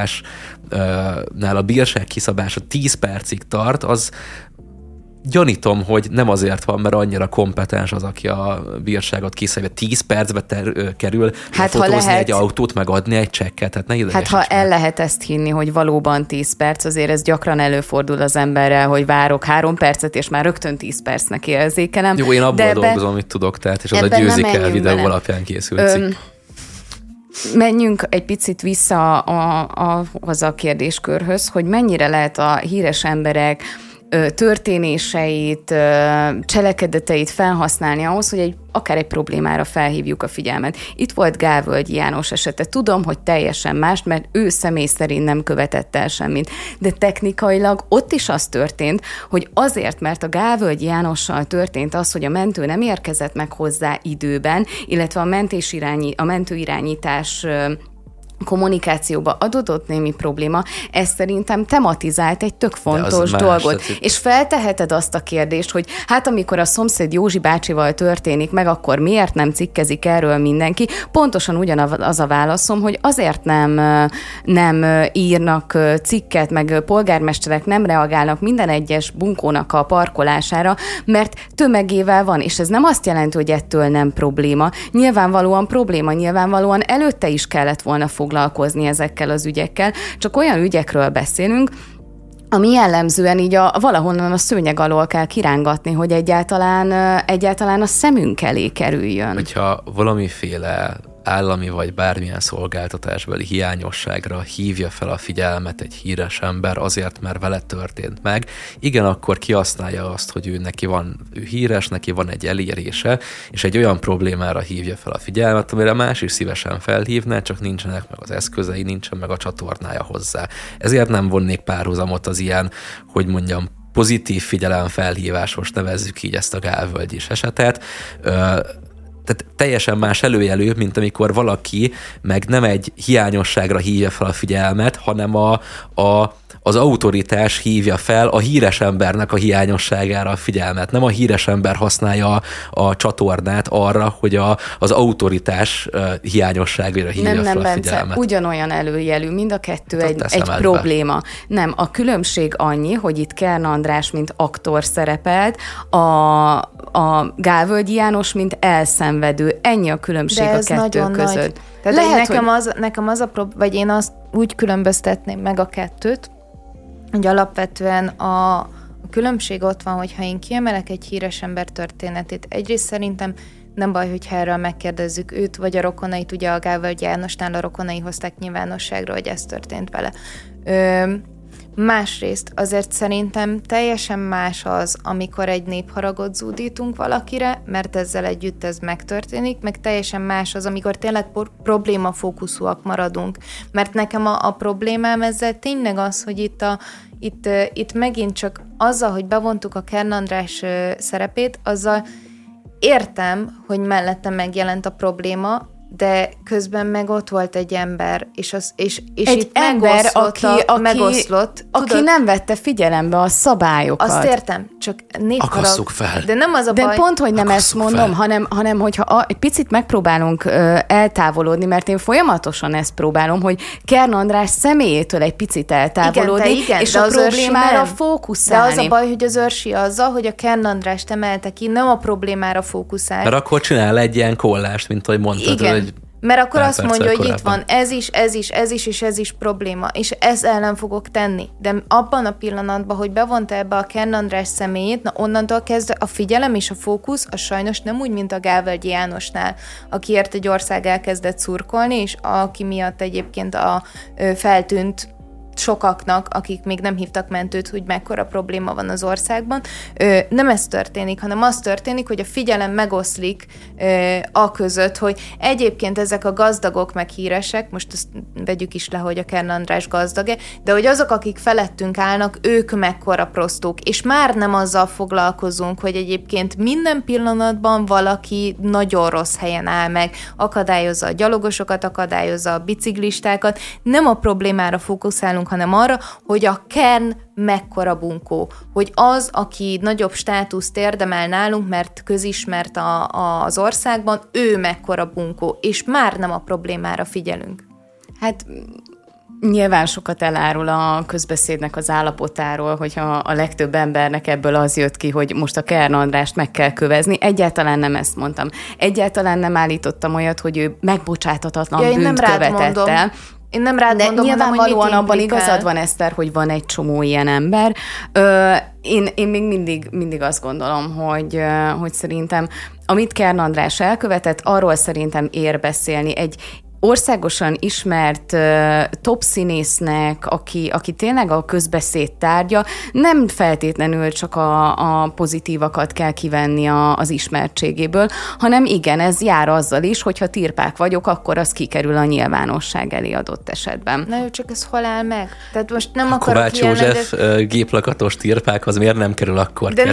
parkolásnál a bírság kiszabása 10 percig tart, az gyanítom, hogy nem azért van, mert annyira kompetens az, aki a bírságot kiszabja. 10 percbe kerül fotózni egy autót, meg adni egy csekket. Hát ne idegesíts ha el lehet ezt hinni, hogy valóban 10 perc, azért ez gyakran előfordul az emberrel, hogy várok 3 percet, és már rögtön 10 percnek érzékelem. Jó, én abból dolgozom, amit tudok, tehát, és az a Győzike videó alapján készült cikk. Menjünk egy picit vissza az a kérdéskörhöz, hogy mennyire lehet a híres emberek történéseit, cselekedeteit felhasználni ahhoz, hogy akár egy problémára felhívjuk a figyelmet. Itt volt Gálvölgyi János esete. Tudom, hogy teljesen más, mert ő személy szerint nem követett el semmit. De technikailag ott is az történt, hogy azért, mert a Gálvölgyi Jánossal történt az, hogy a mentő nem érkezett meg hozzá időben, illetve a mentőirányítás kommunikációba adódott némi probléma, ez szerintem tematizált egy tök fontos dolgot. És felteheted azt a kérdést, hogy hát amikor a szomszéd Józsi bácsival történik meg, akkor miért nem cikkezik erről mindenki? Pontosan ugyanaz a válaszom, hogy azért nem írnak cikket, meg polgármesterek nem reagálnak minden egyes bunkónak a parkolására, mert tömegével van, és ez nem azt jelenti, hogy ettől nem probléma. Nyilvánvalóan probléma, nyilvánvalóan előtte is kellett volna foglalkozni ezekkel az ügyekkel, csak olyan ügyekről beszélünk, ami jellemzően így valahonnan a szőnyeg alól kell kirángatni, hogy egyáltalán a szemünk elé kerüljön. Hogyha valamiféle állami vagy bármilyen szolgáltatásbeli hiányosságra hívja fel a figyelmet egy híres ember azért, mert vele történt meg, igen, akkor kihasználja azt, hogy ő híres, neki van egy elérése, és egy olyan problémára hívja fel a figyelmet, amire más is szívesen felhívná, csak nincsenek meg az eszközei, nincsen meg a csatornája hozzá. Ezért nem vonnék párhuzamot az ilyen, hogy mondjam, pozitív figyelemfelhívás, most nevezzük így ezt a Gálvölgyis esetet, tehát teljesen más előjelű, mint amikor valaki meg nem egy hiányosságra hívja fel a figyelmet, hanem az autoritás hívja fel a híres embernek a hiányosságára a figyelmet. Nem a híres ember használja a csatornát arra, hogy az autoritás hiányosságára hívja fel a figyelmet. Nem, ugyanolyan előjelű, mind a kettő egy probléma. Nem, a különbség annyi, hogy itt Kern András, mint aktor szerepelt, a Gálvölgyi János, mint elszenvedő. Ennyi a különbség a kettő között. Nagy. Tehát lehet, nekem az a vagy én azt úgy különböztetném meg a kettőt, hogy alapvetően a különbség ott van, hogyha én kiemelek egy híres ember történetét. Egyrészt szerintem nem baj, hogyha erről megkérdezzük őt, vagy a rokonait, ugye a Gálvölgyi Jánosnál a rokonai hozták nyilvánosságra, hogy ez történt vele. Másrészt azért szerintem teljesen más az, amikor egy népharagot zúdítunk valakire, mert ezzel együtt ez megtörténik, meg teljesen más az, amikor tényleg problémafókuszúak maradunk. Mert nekem a problémám ezzel tényleg az, hogy itt megint csak azzal, hogy bevontuk a Kern András szerepét, azzal értem, hogy mellette megjelent a probléma, de közben meg ott volt egy ember, és egy itt ember, megoszlott. Aki nem vette figyelembe a szabályokat. Azt értem, csak akasszuk fel. De nem az a baj. De pont, hogy nem ezt mondom, hanem hogyha egy picit megpróbálunk eltávolodni, mert én folyamatosan ezt próbálom, hogy Kern András személyétől egy picit eltávolodni, igen, és a problémára fókuszálni. De az a baj, hogy az őrsi azzal, hogy a Kern Andrást emelte ki, nem a problémára fókuszál. Mert akkor csinál egy ilyen kollást, mint ahogy mondtad, igen. Mert akkor azt mondja, hogy itt van ez is probléma, és ez ellen fogok tenni. De abban a pillanatban, hogy bevonta ebbe a Kern András személyét, na onnantól kezdve a figyelem és a fókusz az sajnos nem úgy, mint a Gálvölgyi Jánosnál, akiért egy ország elkezdett szurkolni, és aki miatt egyébként feltűnt sokaknak, akik még nem hívtak mentőt, hogy mekkora probléma van az országban. Nem ez történik, hanem az történik, hogy a figyelem megoszlik a között, hogy egyébként ezek a gazdagok meg híresek, most ezt vegyük is le, hogy a Kern András gazdag-e, de hogy azok, akik felettünk állnak, ők mekkora prostók, és már nem azzal foglalkozunk, hogy egyébként minden pillanatban valaki nagyon rossz helyen áll meg, akadályozza a gyalogosokat, akadályozza a biciklistákat, nem a problémára fókuszálunk, hanem arra, hogy a Kern mekkora bunkó, hogy az, aki nagyobb státuszt érdemel nálunk, mert közismert az országban, ő mekkora bunkó, és már nem a problémára figyelünk. Hát nyilván sokat elárul a közbeszédnek az állapotáról, hogyha a legtöbb embernek ebből az jött ki, hogy most a Kern Andrást meg kell kövezni. Egyáltalán nem ezt mondtam. Egyáltalán nem állítottam olyat, hogy ő megbocsátatatlan bűnt követett el. Én nem rád mondom, nyilvánvalóan abban igazad van, Eszter, hogy van egy csomó ilyen ember. Én még mindig azt gondolom, hogy szerintem amit Kern András elkövetett, arról szerintem ér beszélni. Egy országosan ismert top színésznek, aki tényleg a közbeszéd tárgya, nem feltétlenül csak a pozitívakat kell kivenni az ismertségéből, hanem igen, ez jár azzal is, hogyha tirpák vagyok, akkor az kikerül a nyilvánosság elé adott esetben. Na jó, csak ez hol áll meg? Tehát most nem akarok Kovács József géplakatos tirpák, az miért nem kerül akkor? De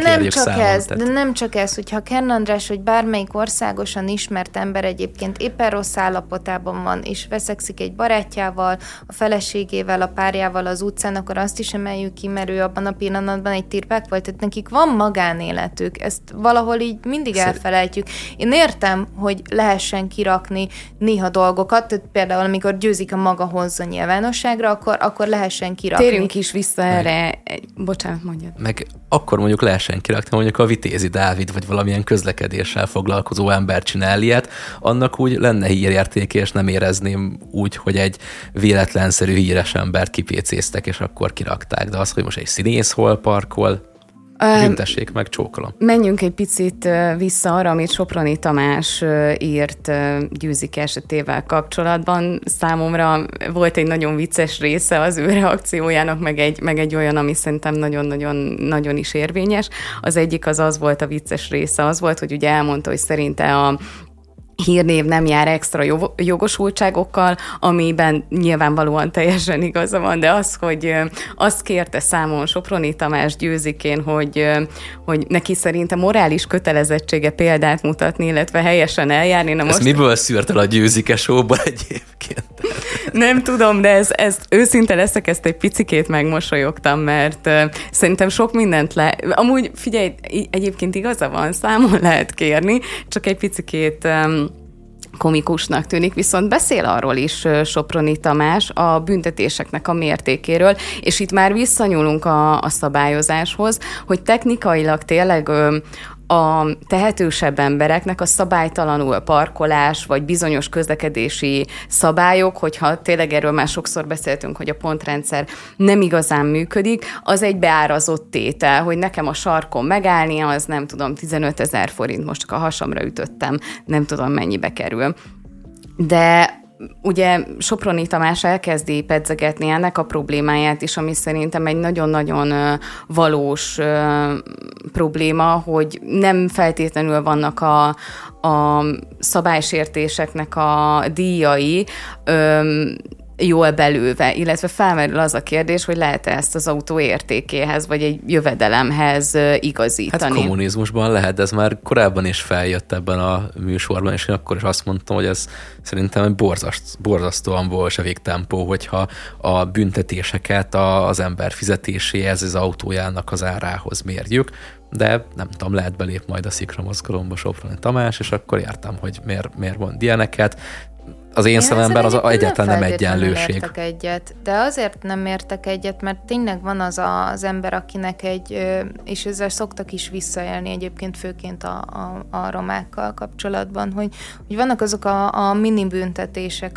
nem csak ez, hogyha Kern András, vagy bármelyik országosan ismert ember egyébként éppen rossz állapotában van, és veszekszik egy barátjával, a feleségével, a párjával az utcán, akkor azt is emeljük ki, mert ő abban a pillanatban egy tirpák volt, tehát nekik van magánéletük, ezt valahol így mindig elfelejtjük. Én értem, hogy lehessen kirakni néha dolgokat, tehát például amikor Győzike maga hozza nyilvánosságra, akkor lehessen kirakni. Térjünk is vissza erre. Bocsánat, mondjad. Meg akkor mondjuk lehessen kirakni, mondjuk a Vitézi Dávid, vagy valamilyen közlekedéssel foglalkozó ember csinál ilyet, annak úgy lenne hírérték, és nem érezném úgy, hogy egy véletlenszerű híres embert kipécéztek, és akkor kirakták. De az, hogy most egy színész hol parkol, büntessék meg, csókolom. Menjünk egy picit vissza arra, amit Soproni Tamás írt Győzike esetével kapcsolatban. Számomra volt egy nagyon vicces része az ő reakciójának, meg egy olyan, ami szerintem nagyon is érvényes. Az egyik az volt, a vicces része az volt, hogy ugye elmondta, hogy szerinte a hírnév nem jár extra jogosultságokkal, amiben nyilvánvalóan teljesen igaza van, de az, hogy azt kérte számon Soproni Tamás Győzikén, hogy neki szerinte morális kötelezettsége példát mutatni, illetve helyesen eljárni. Na most... miből szűrt el a Győzike showból egyébként? Nem tudom, de ezt őszinte leszek, ezt egy picikét megmosolyogtam, mert szerintem sok mindent amúgy figyelj, egyébként igaza van, számon lehet kérni, csak egy picikét komikusnak tűnik, viszont beszél arról is Soproni Tamás a büntetéseknek a mértékéről, és itt már visszanyúlunk a szabályozáshoz, hogy technikailag tényleg a tehetősebb embereknek a szabálytalanul parkolás, vagy bizonyos közlekedési szabályok, hogyha tényleg erről már sokszor beszéltünk, hogy a pontrendszer nem igazán működik, az egy beárazott tétel, hogy nekem a sarkon megállnia, az nem tudom, 15 000 forint, most csak a hasamra ütöttem, nem tudom mennyibe kerül. De ugye Soproni Tamás elkezdi pedzegetni ennek a problémáját is, ami szerintem egy nagyon-nagyon valós probléma, hogy nem feltétlenül vannak a szabálysértéseknek a díjai jól belőve, illetve felmerül az a kérdés, hogy lehet-e ezt az autó értékéhez, vagy egy jövedelemhez igazítani. Hát kommunizmusban lehet, de ez már korábban is feljött ebben a műsorban, és én akkor is azt mondtam, hogy ez szerintem egy borzasztóan bolsevik tempó, hogyha a büntetéseket az ember fizetéséhez, az autójának az árához mérjük, de nem tudom, lehet belép majd a Szikra mozgalomba Soproni Tamás, és akkor értem, hogy miért mond ilyeneket. Az én szememben az egyáltalán nem egyenlőség. Értek egyet, de azért nem értek egyet, mert tényleg van az ember, akinek és ezzel szoktak is visszaélni egyébként főként a romákkal kapcsolatban, hogy vannak azok a mini büntetések,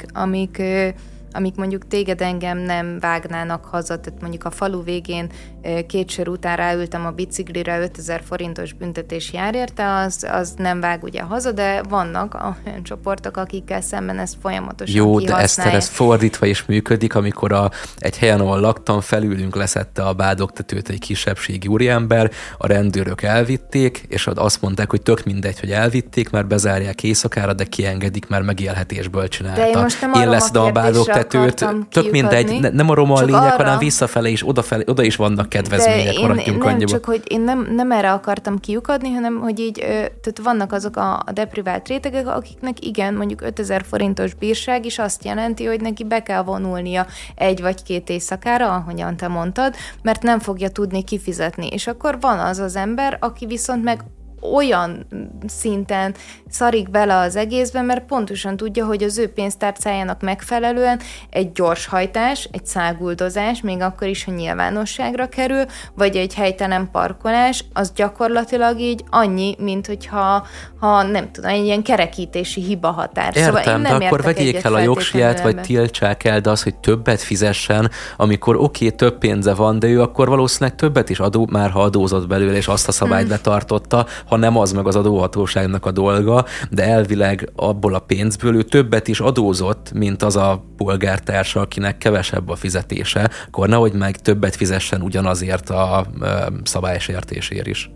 amik mondjuk téged engem nem vágnának haza, tehát mondjuk a falu végén 2 sor után ráültem a biciklire, 5000 forintos büntetés jár érte, az nem vág ugye haza, de vannak olyan csoportok, akikkel szemben ezt folyamatosan kihasználják. Jó, de Eszter, ez fordítva is működik, amikor egy helyen, ahol laktam, felülünk leszette a bádogtetőt egy kisebbségi úriember, a rendőrök elvitték, és azt mondták, hogy tök mindegy, hogy elvitték, mert bezárják éjszakára, de kiengedik, mert megélhetésből csinálta. Én leszedem a bádogtetőt, tök mindegy, nem a roma a lényeg, hanem visszafele is, oda is vannak kedvezmények, maradjunk annyiba. Csak hogy én nem erre akartam kiukadni, hanem hogy így, tehát vannak azok a deprivált rétegek, akiknek igen, mondjuk 5000 forintos bírság is azt jelenti, hogy neki be kell vonulnia 1 vagy 2 éjszakára, ahogyan te mondtad, mert nem fogja tudni kifizetni. És akkor van az ember, aki viszont meg olyan szinten szarik bele az egészben, mert pontosan tudja, hogy az ő pénztárcájának megfelelően egy gyorshajtás, egy száguldozás, még akkor is, ha nyilvánosságra kerül, vagy egy helytelen parkolás, az gyakorlatilag így annyi, mint hogyha nem tudom, egy ilyen kerekítési hiba határ. Értem, szóval de akkor vegyék el a jogsiját, vagy tiltsák el, de az, hogy többet fizessen, amikor több pénze van, de ő akkor valószínűleg többet is adó, már ha adózott belőle, és azt a szabályt betartotta, ha nem az meg az adóhatóságnak a dolga, de elvileg abból a pénzből ő többet is adózott, mint az a polgártársa, akinek kevesebb a fizetése, akkor nehogy meg többet fizessen ugyanazért a szabálysértésért is.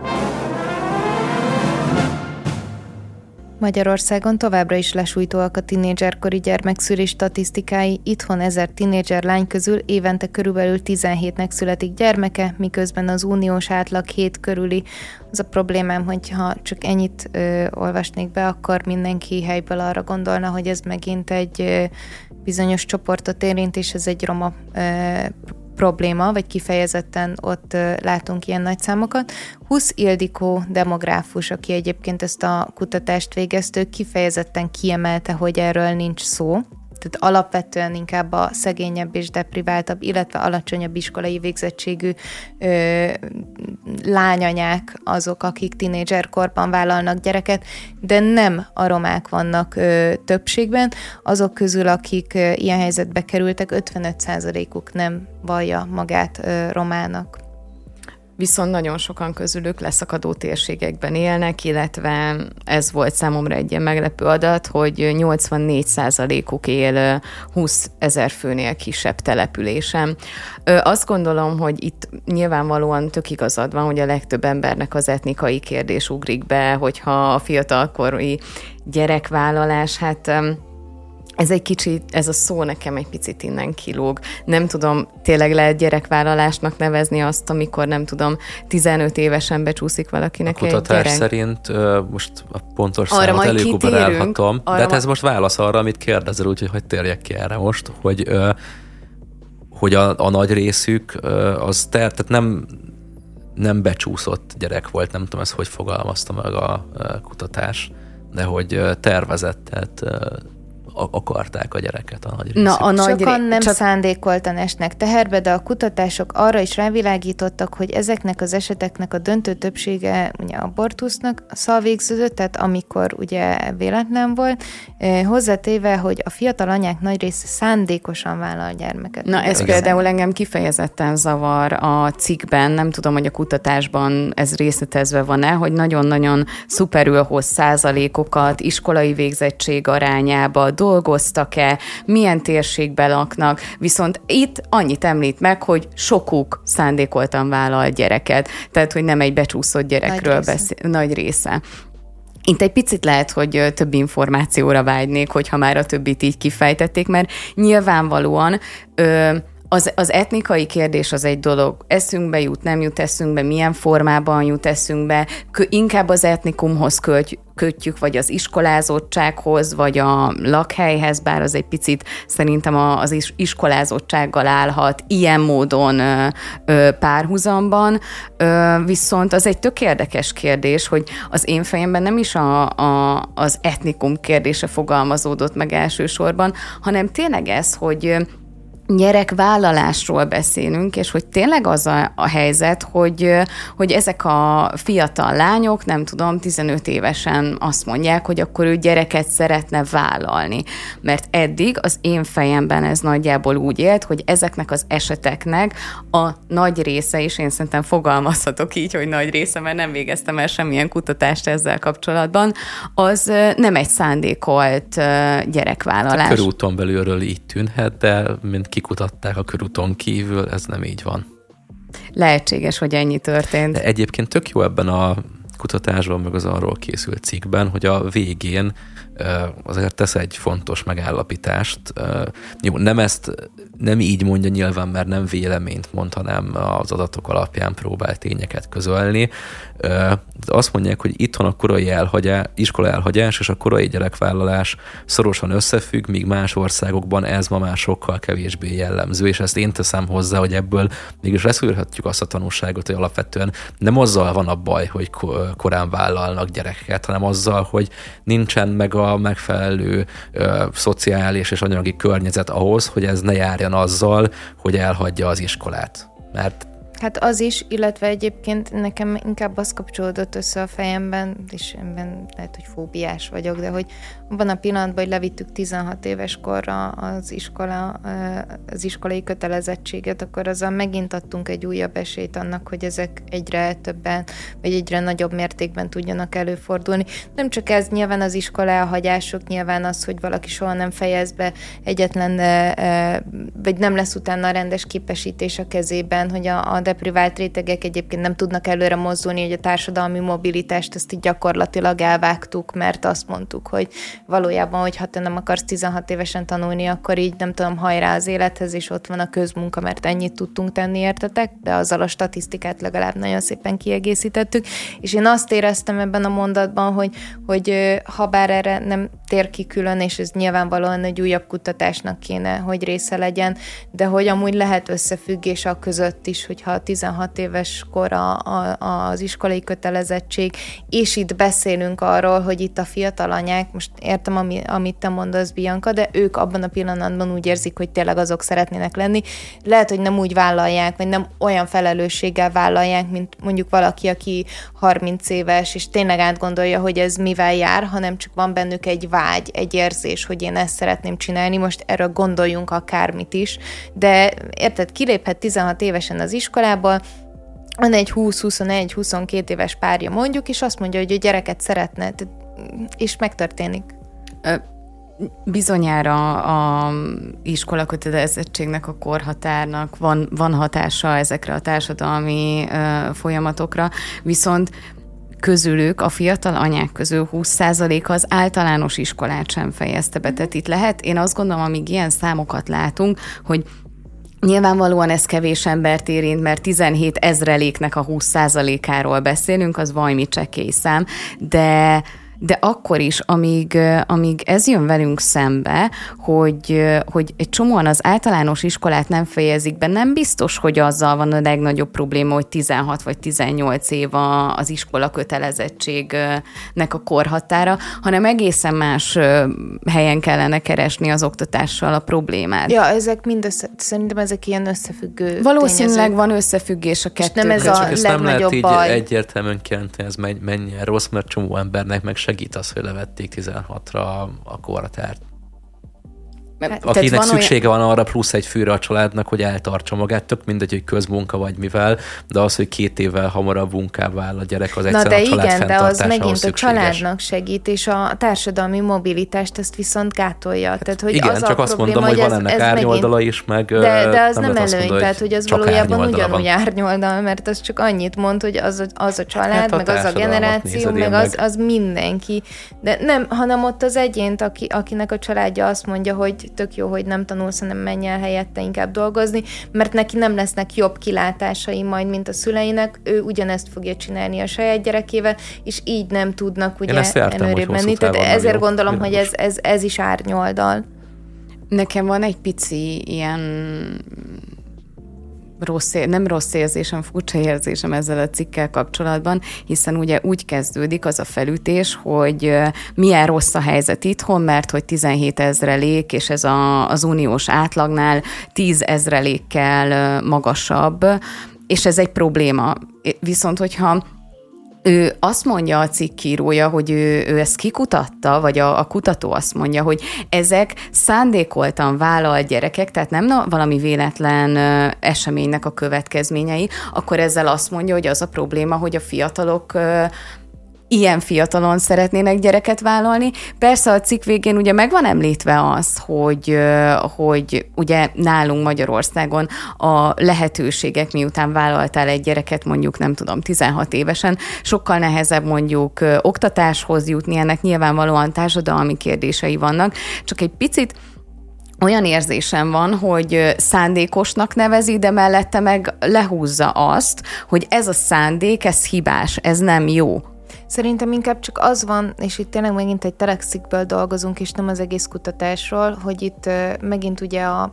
Magyarországon továbbra is lesújtóak a tinédzserkori gyermekszülés statisztikái. Itthon 1000 tinédzser lány közül évente körülbelül 17-nek születik gyermeke, miközben az uniós átlag 7 körüli. Az a problémám, hogy ha csak ennyit olvasnék be, akkor mindenki helyből arra gondolna, hogy ez megint egy bizonyos csoportot érint, és ez egy roma probléma, vagy kifejezetten ott látunk ilyen nagy számokat. Husz Ildikó demográfus, aki egyébként ezt a kutatást végezte, kifejezetten kiemelte, hogy erről nincs szó. Tehát alapvetően inkább a szegényebb és depriváltabb, illetve alacsonyabb iskolai végzettségű lányanyák azok, akik tinédzserkorban vállalnak gyereket, de nem a romák vannak többségben. Azok közül, akik ilyen helyzetbe kerültek, 55%-uk nem vallja magát romának. Viszont nagyon sokan közülük leszakadó térségekben élnek, illetve ez volt számomra egy ilyen meglepő adat, hogy 84%-uk él 20 000 főnél kisebb településen. Azt gondolom, hogy itt nyilvánvalóan tök igazad van, hogy a legtöbb embernek az etnikai kérdés ugrik be, hogyha a fiatalkori gyerekvállalás, hát ez egy kicsit, ez a szó nekem egy picit innen kilóg. Nem tudom, tényleg lehet gyerekvállalásnak nevezni azt, amikor nem tudom, 15 évesen becsúszik valakinek egy gyerek. A kutatás szerint most a pontos számot előkuperálhatom, de hát ez most válasz arra, amit kérdezel, úgyhogy térjek ki erre most, hogy a nagy részük az tehát nem becsúszott gyerek volt, nem tudom, ezt hogy fogalmazta meg a kutatás, de hogy tervezett, tehát akarták a gyereket a nagy részük. Sokan nem szándékoltan esnek teherbe, de a kutatások arra is rávilágítottak, hogy ezeknek az eseteknek a döntő többsége ugye abortusznak végződött, tehát amikor ugye véletlen volt, hozzátéve, hogy a fiatal anyák nagy része szándékosan vállal gyermeket. Na ez például engem kifejezetten zavar a cikkben, nem tudom, hogy a kutatásban ez részletezve van-e, hogy nagyon-nagyon szuperül hoz százalékokat iskolai végzettség arányába, dolgoztak-e, milyen térségben laknak, viszont itt annyit említ meg, hogy sokuk szándékoltan vállal gyereket, tehát hogy nem egy becsúszott gyerekről beszél, nagy része. Itt egy picit lehet, hogy több információra vágynék, hogyha már a többit így kifejtették, mert nyilvánvalóan az etnikai kérdés az egy dolog. Eszünkbe jut, nem jut eszünkbe, milyen formában jut eszünkbe, inkább az etnikumhoz kötjük, vagy az iskolázottsághoz, vagy a lakhelyhez, bár az egy picit szerintem az iskolázottsággal állhat ilyen módon párhuzamban, viszont az egy tök érdekes kérdés, hogy az én fejemben nem is az etnikum kérdése fogalmazódott meg elsősorban, hanem tényleg ez, hogy gyerekvállalásról beszélünk, és hogy tényleg az a helyzet, hogy ezek a fiatal lányok, nem tudom, 15 évesen azt mondják, hogy akkor ő gyereket szeretne vállalni. Mert eddig az én fejemben ez nagyjából úgy élt, hogy ezeknek az eseteknek a nagy része, és én szerintem fogalmazhatok így, hogy nagy része, mert nem végeztem el semmilyen kutatást ezzel kapcsolatban, az nem egy szándékolt gyerekvállalás. A körúton belülről így tűnhet, de mint kikutatták a körúton kívül, ez nem így van. Lehetséges, hogy ennyi történt. De egyébként tök jó ebben a kutatásban, meg az arról készült cikkben, hogy a végén azért tesz egy fontos megállapítást. Jó, nem így mondja nyilván, mert nem véleményt mond, hanem az adatok alapján próbál tényeket közölni. Azt mondják, hogy itthon a korai iskola elhagyás és a korai gyerekvállalás szorosan összefügg, míg más országokban ez ma már sokkal kevésbé jellemző, és ezt én teszem hozzá, hogy ebből mégis leszűrhetjük azt a tanulságot, hogy alapvetően nem azzal van a baj, hogy korán vállalnak gyerekeket, hanem azzal, hogy nincsen meg a megfelelő szociális és anyagi környezet ahhoz, hogy ez ne járjon azzal, hogy elhagyja az iskolát. Mert hát az is, illetve egyébként nekem inkább az kapcsolódott össze a fejemben, és ebben lehet, hogy fóbiás vagyok, de hogy abban a pillanatban, hogy levittük 16 éves korra az iskolai kötelezettséget, akkor azzal megint adtunk egy újabb esélyt annak, hogy ezek egyre többen, vagy egyre nagyobb mértékben tudjanak előfordulni. Nem csak ez, nyilván az iskola elhagyások, nyilván az, hogy valaki soha nem fejez be egyetlen, vagy nem lesz utána rendes képesítés a kezében, hogy a deprivált rétegek egyébként nem tudnak előre mozdulni, hogy a társadalmi mobilitást ezt így gyakorlatilag elvágtuk, mert azt mondtuk, hogy valójában, hogy ha te nem akarsz 16 évesen tanulni, akkor így nem tudom, hajrá az élethez, és ott van a közmunka, mert ennyit tudtunk tenni, értetek? De azzal a statisztikát legalább nagyon szépen kiegészítettük, és én azt éreztem ebben a mondatban, hogy ha bár erre nem tér ki külön, és ez nyilvánvalóan egy újabb kutatásnak kéne, hogy része legyen, de hogy amúgy lehet összefüggés a között is, hogyha 16 éves kor az iskolai kötelezettség, és itt beszélünk arról, hogy itt a fiatal anyák, most értem, amit te mondasz, Bianca, de ők abban a pillanatban úgy érzik, hogy tényleg azok szeretnének lenni. Lehet, hogy nem úgy vállalják, vagy nem olyan felelősséggel vállalják, mint mondjuk valaki, aki 30 éves, és tényleg átgondolja, hogy ez mivel jár, hanem csak van bennük egy vágy, egy érzés, hogy én ezt szeretném csinálni. Most erről gondoljunk akármit is, de érted, kiléphet 16 évesen az iskolából, van egy 20-21-22 éves párja mondjuk, és azt mondja, hogy a gyereket szeretne, és megtörténik. Bizonyára a iskolakötelezettségnek, a korhatárnak van hatása ezekre a társadalmi folyamatokra, viszont közülük, a fiatal anyák közül 20%-a az általános iskolát sem fejezte be. Tehát itt lehet, én azt gondolom, amíg ilyen számokat látunk, hogy nyilvánvalóan ez kevés embert érint, mert 17 000-nek a 20%-áról beszélünk, az valami csekély szám, de akkor is, amíg ez jön velünk szembe, hogy egy csomóan az általános iskolát nem fejezik be, nem biztos, hogy azzal van a legnagyobb probléma, hogy 16 vagy 18 év az iskola kötelezettségnek a korhatára, hanem egészen más helyen kellene keresni az oktatással a problémát. Ja, ezek mind szerintem ezek ilyen összefüggő valószínűleg tényezők. Van összefüggés a kettő. Nem ez a legnagyobb baj. Nem lehet így egyértelműen kijelenteni, ez mennyire rossz, mert csomó embernek meg segít az, hogy levették 16-ra a korhatárt. Akinek szüksége van arra plusz egy főre a családnak, hogy eltartsa magát, tök mindegy, hogy közmunka vagy mivel, de az, hogy 2 évvel hamarabb munkába áll a gyerek, az egyszerűen a család fenntartásához de az megint szükséges. A családnak segít, és a társadalmi mobilitást ezt viszont gátolja. Hát tehát, hogy igen, az csak a azt probléma, mondom, hogy van ennek árnyoldala is, meg de az nem előny, mondani, tehát hogy az valójában ugyanúgy árnyoldal, mert az csak annyit mond, hogy az a család, hát meg az a generáció, meg az mindenki. De nem, hanem ott az egyént, akinek a családja azt mondja, hogy tök jó, hogy nem tanulsz, hanem menj el helyette inkább dolgozni, mert neki nem lesznek jobb kilátásai majd, mint a szüleinek, ő ugyanezt fogja csinálni a saját gyerekével, és így nem tudnak ugye előrébb menni. Tehát ezért gondolom, hogy ez is árnyoldal. Nekem van egy pici ilyen nem rossz érzésem, furcsa érzésem ezzel a cikkel kapcsolatban, hiszen ugye úgy kezdődik az a felütés, hogy milyen rossz a helyzet itthon, mert hogy 17 000, és ez az uniós átlagnál 10 000-kal magasabb, és ez egy probléma. Viszont hogyha ő azt mondja a cikkírója, hogy ő ezt kikutatta, vagy a kutató azt mondja, hogy ezek szándékoltan vállalt gyerekek, tehát nem valami véletlen eseménynek a következményei, akkor ezzel azt mondja, hogy az a probléma, hogy a fiatalok ilyen fiatalon szeretnének gyereket vállalni. Persze a cikk végén ugye meg van említve az, hogy ugye nálunk Magyarországon a lehetőségek, miután vállaltál egy gyereket, mondjuk nem tudom, 16 évesen, sokkal nehezebb mondjuk oktatáshoz jutni, ennek nyilvánvalóan társadalmi kérdései vannak, csak egy picit olyan érzésem van, hogy szándékosnak nevezi, de mellette meg lehúzza azt, hogy ez a szándék, ez hibás, ez nem jó. Szerintem inkább csak az van, és itt tényleg megint egy telexikből dolgozunk, és nem az egész kutatásról, hogy itt megint ugye a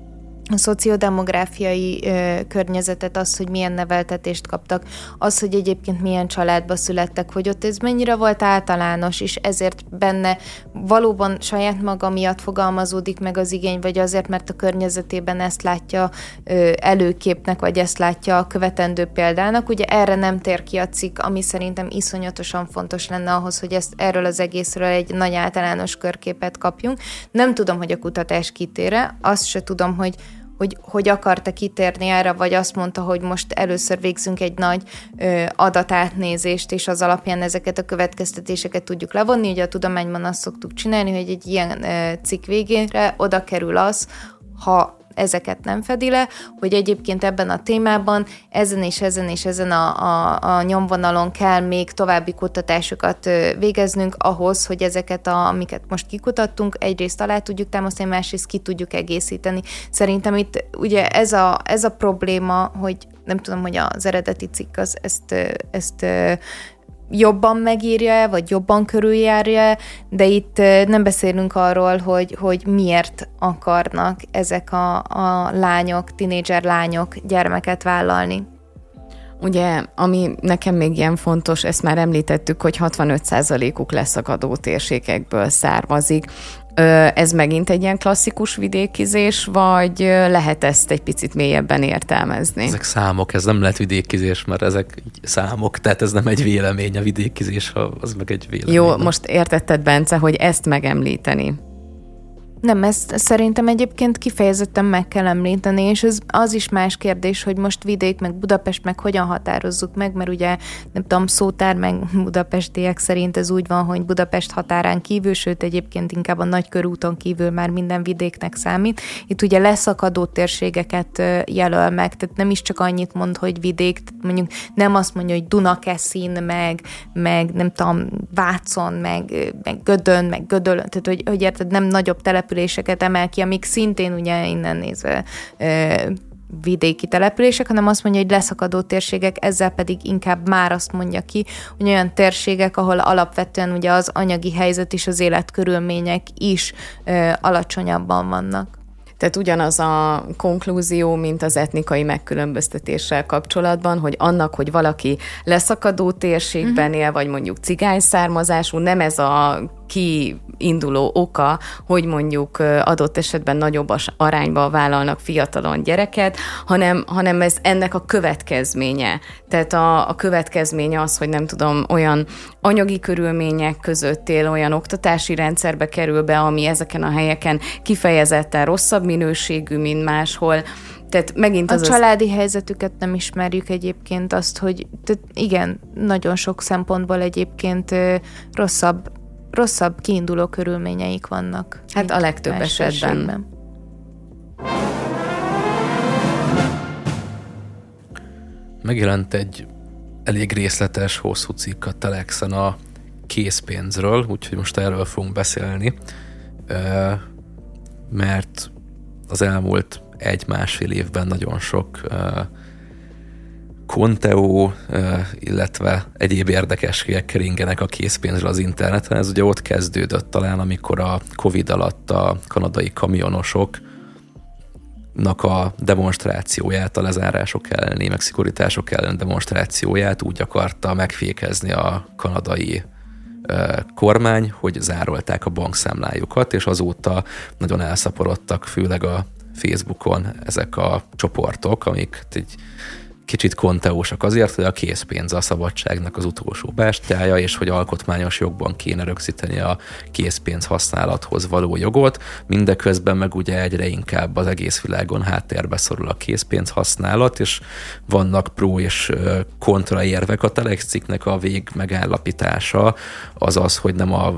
szociodemográfiai környezetet, az, hogy milyen neveltetést kaptak, az, hogy egyébként milyen családba születtek, hogy ott ez mennyire volt általános, és ezért benne valóban saját maga miatt fogalmazódik meg az igény, vagy azért, mert a környezetében ezt látja előképnek, vagy ezt látja a követendő példának. Ugye erre nem tér ki a cikk, ami szerintem iszonyatosan fontos lenne ahhoz, hogy erről az egészről egy nagy általános körképet kapjunk. Nem tudom, hogy a kutatás kitére, azt se tudom, hogy akarta kitérni erre, vagy azt mondta, hogy most először végzünk egy nagy adatátnézést, és az alapján ezeket a következtetéseket tudjuk levonni. Ugye a tudományban azt szoktuk csinálni, hogy egy ilyen cikk végére oda kerül az, ha ezeket nem fedi le, hogy egyébként ebben a témában ezen és ezen a nyomvonalon kell még további kutatásokat végeznünk ahhoz, hogy ezeket, amiket most kikutattunk, egyrészt alá tudjuk támasztani, másrészt ki tudjuk egészíteni. Szerintem itt ugye ez a probléma, hogy nem tudom, hogy az eredeti cikk az ezt jobban megírja, vagy jobban körüljárja, de itt nem beszélünk arról, hogy miért akarnak ezek a lányok, tinédzser lányok gyermeket vállalni. Ugye, ami nekem még ilyen fontos, ezt már említettük, hogy 65%-uk leszakadó térségekből származik. Ez megint egy ilyen klasszikus vidékizés, vagy lehet ezt egy picit mélyebben értelmezni? Ezek számok, ez nem lehet vidékizés, mert ezek számok, tehát ez nem egy vélemény, a vidékizés, az meg egy vélemény. Jó, most értetted, Bence, hogy ezt megemlíteni. Nem, ezt szerintem egyébként kifejezetten meg kell említeni, és az is más kérdés, hogy most vidék, meg Budapest, meg hogyan határozzuk meg, mert ugye, nem tudom, szótár, meg budapestiek szerint ez úgy van, hogy Budapest határán kívül, sőt egyébként inkább a nagykörúton kívül már minden vidéknek számít. Itt ugye leszakadó térségeket jelöl meg, tehát nem is csak annyit mond, hogy vidék, mondjuk nem azt mondja, hogy Dunakeszin, meg nem tudom, Vácon, meg Gödön, meg Gödöllön, tehát hogy érted, nem nagyobb településeket emel ki, amik szintén ugye innen nézve vidéki települések, hanem azt mondja, hogy leszakadó térségek, ezzel pedig inkább már azt mondja ki, hogy olyan térségek, ahol alapvetően ugye az anyagi helyzet és az életkörülmények is alacsonyabban vannak. Tehát ugyanaz a konklúzió, mint az etnikai megkülönböztetéssel kapcsolatban, hogy annak, hogy valaki leszakadó térségben él, vagy mondjuk cigány származású, nem ez a kiinduló oka, hogy mondjuk adott esetben nagyobb arányba vállalnak fiatalon gyereket, hanem ez ennek a következménye. Tehát a következménye az, hogy nem tudom, olyan anyagi körülmények között él, olyan oktatási rendszerbe kerül be, ami ezeken a helyeken kifejezetten rosszabb minőségű, mint máshol. Tehát megint a családi helyzetüket nem ismerjük egyébként, azt, hogy igen, nagyon sok szempontból egyébként rosszabb kiinduló körülményeik vannak. Hát a legtöbb esetben. Megjelent egy elég részletes, hosszú cikk a Telexen a készpénzről, úgyhogy most erről fogunk beszélni, mert az elmúlt 1-1,5 évben nagyon sok Conteo, illetve egyéb érdekességek keringenek a készpénzről az interneten. Ez ugye ott kezdődött talán, amikor a Covid alatt a kanadai kamionosoknak a demonstrációját, a lezárások elleni, meg szigorítások ellen demonstrációját úgy akarta megfékezni a kanadai kormány, hogy zárolták a bankszámlájukat, és azóta nagyon elszaporodtak, főleg a Facebookon ezek a csoportok, amik egy kicsit konteósak azért, hogy a készpénz a szabadságnak az utolsó bástyája, és hogy alkotmányos jogban kéne rögzíteni a készpénz használathoz való jogot, mindeközben meg ugye egyre inkább az egész világon háttérbe szorul a készpénz használat, és vannak pró és kontra érvek. A Telex cikknek a vég megállapítása az az, hogy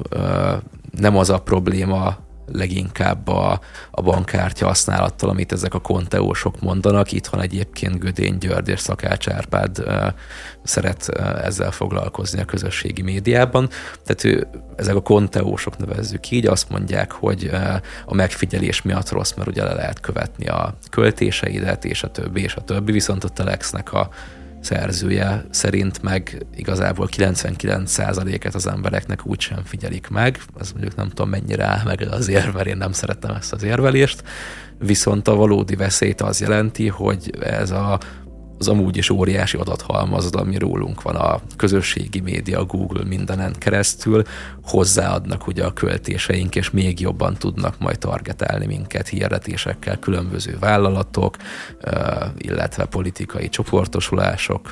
nem az a probléma leginkább a bankkártya használattal, amit ezek a konteósok mondanak. Itthon egyébként Gödény György és Szakács Árpád szeret ezzel foglalkozni a közösségi médiában. Tehát ezek a konteósok, nevezzük így, azt mondják, hogy a megfigyelés miatt rossz, mert ugye le lehet követni a költéseidet, és a többi, viszont a Telexnek a szerzője szerint meg igazából 99%-et az embereknek úgysem figyelik meg. Az mondjuk nem tudom mennyire áll meg az érv, mert én nem szeretem ezt az érvelést. Viszont a valódi veszélyt az jelenti, hogy ez az amúgy is óriási adathalmaz, ami rólunk van a közösségi média, Google mindenen keresztül, hozzáadnak ugye a költéseink, és még jobban tudnak majd targetálni minket hirdetésekkel különböző vállalatok, illetve politikai csoportosulások.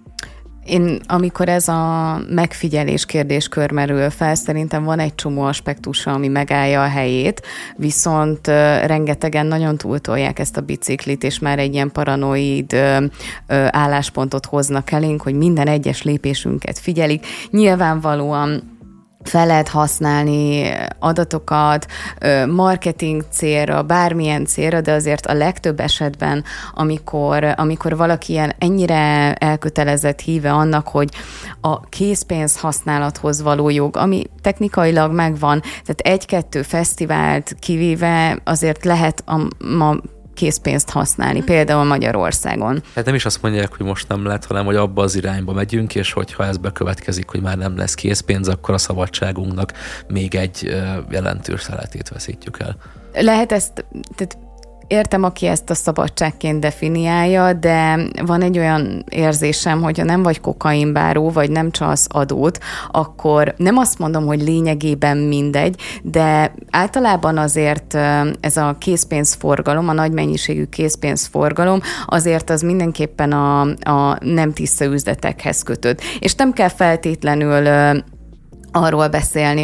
Amikor ez a megfigyelés kérdéskör merül fel, szerintem van egy csomó aspektusa, ami megállja a helyét, viszont rengetegen nagyon túltolják ezt a biciklit, és már egy ilyen paranoid álláspontot hoznak elénk, hogy minden egyes lépésünket figyelik. Nyilvánvalóan fel lehet használni adatokat marketing célra, bármilyen célra, de azért a legtöbb esetben, amikor valaki ilyen ennyire elkötelezett híve annak, hogy a készpénz használathoz való jog, ami technikailag megvan, tehát 1-2 fesztivált kivéve azért lehet ma készpénzt használni, például Magyarországon. Hát nem is azt mondják, hogy most nem lehet, hanem hogy abba az irányba megyünk, és hogyha ez bekövetkezik, hogy már nem lesz készpénz, akkor a szabadságunknak még egy jelentős szeletét veszítjük el. Lehet ezt, tehát értem, aki ezt a szabadságként definiálja, de van egy olyan érzésem, hogyha nem vagy kokainbáró, vagy nem csalsz adót, akkor nem azt mondom, hogy lényegében mindegy, de általában azért ez a készpénzforgalom, a nagy mennyiségű készpénzforgalom azért az mindenképpen a nem tiszta üzletekhez kötött. És nem kell feltétlenül arról beszélni,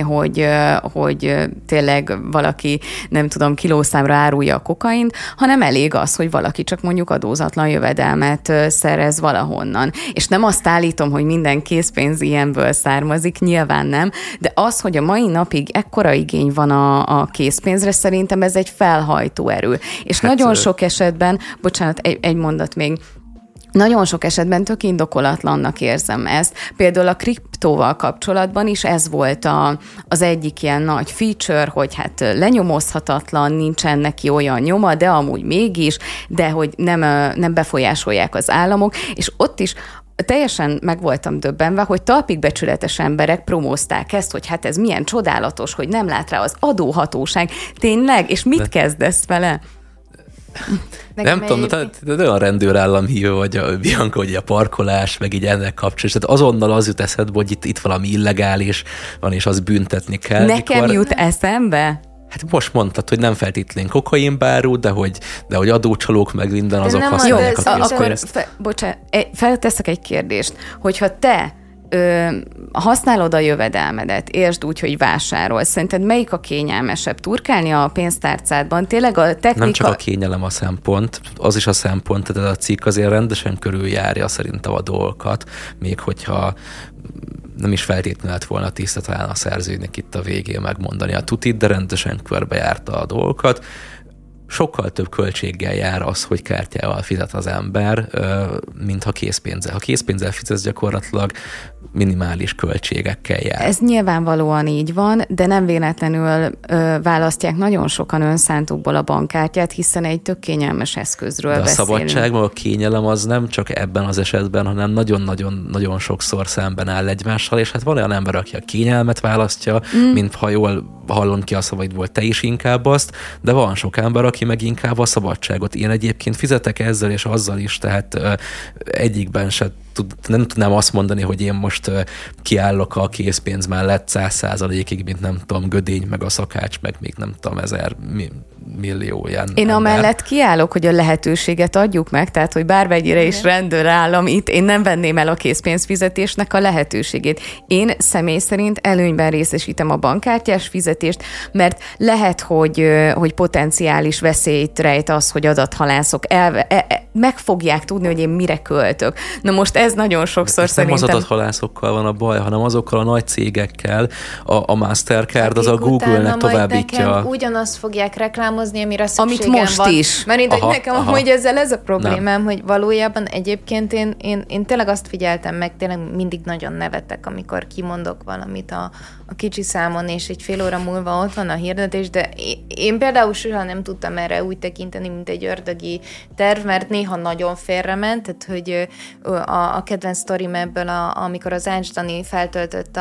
hogy tényleg valaki, nem tudom, kilószámra árulja a kokaint, hanem elég az, hogy valaki csak mondjuk adózatlan jövedelmet szerez valahonnan. És nem azt állítom, hogy minden készpénz ilyenből származik, nyilván nem, de az, hogy a mai napig ekkora igény van a készpénzre, szerintem ez egy felhajtó erő. És nagyon sok esetben, bocsánat, egy mondat még, nagyon sok esetben tök indokolatlannak érzem ezt. Például a kriptóval kapcsolatban is ez volt az egyik ilyen nagy feature, hogy hát lenyomozhatatlan, nincsen neki olyan nyoma, de amúgy mégis, de hogy nem befolyásolják az államok, és ott is teljesen meg voltam döbbenve, hogy talpig becsületes emberek promózták ezt, hogy hát ez milyen csodálatos, hogy nem lát rá az adóhatóság. Tényleg? És mit kezdesz vele? Nem tudom, de olyan rendőrállam hívő vagy a Bianca, hogy a parkolás, meg így ennek kapcsolatban. Tehát azonnal az jut eszedbe, hogy itt valami illegális van, és az büntetni kell. Nekem jut eszembe? Hát most mondtad, hogy nem feltétlenül kokainbárú, de hogy adócsalók meg minden azok használják a készpénzt. Bocsánat, felteszek egy kérdést. Hogyha te használod a jövedelmedet, értsd úgy, hogy vásárolsz. Szerinted melyik a kényelmesebb? Turkálni a pénztárcádban? Tényleg a technika... Nem csak a kényelem a szempont, az is a szempont, tehát a cikk azért rendesen körüljárja szerintem a dolgokat, még hogyha nem is feltétlenül lett volna tiszta talán a szerzőnek itt a végén megmondani a tutit, de rendesen körbejárta a dolgokat. Sokkal több költséggel jár az, hogy kártyával fizet az ember, mint ha készpénzzel. Ha készpénzzel fizetsz, gyakorlatilag minimális költségekkel jár. Ez nyilvánvalóan így van, de nem véletlenül választják nagyon sokan önszántukból a bankkártyát, hiszen egy tök kényelmes eszközről beszélünk. A szabadság, meg a kényelem az nem csak ebben az esetben, hanem nagyon-nagyon sokszor szemben áll egymással, és hát van olyan ember, aki a kényelmet választja, mint ha jól hallom ki a szavaidból, te is inkább azt, de van sok ember, aki meg inkább a szabadságot. Én egyébként fizetek ezzel és azzal is, tehát egyikben se nem tudnám azt mondani, hogy én most kiállok a készpénz mellett 100%-ig, mint nem tudom, Gödény, meg a Szakács, meg még nem tudom, 1000 millió ilyen Én ember. amellett kiállok, hogy a lehetőséget adjuk meg, tehát, hogy bármennyire is rendőrállam itt, én nem venném el a készpénzfizetésnek a lehetőségét. Én személy szerint előnyben részesítem a bankkártyás fizetést, mert lehet, hogy potenciális veszélyt rejt az, hogy adathalászok meg fogják tudni, hogy én mire költök. Na most ez nagyon sokszor szerintem... Nem az adathalászokkal van a baj, hanem azokkal a nagy cégekkel. A Mastercard az a Google-nek továbbítja. Nekem ugyanazt fogják reklámozni, amire szükségem amit most van. is. Mert nekem amúgy ezzel ez a problémám, hogy valójában egyébként én tényleg azt figyeltem meg, tényleg mindig nagyon nevetek, amikor kimondok valamit a kicsi számon, és egy fél óra múlva ott van a hirdetés, de én például soha nem tudtam erre úgy tekinteni, mint egy ördögi terv, mert néha nagyon félrement, tehát hogy a kedvenc sztorim ebből, amikor az Ács Dani feltöltött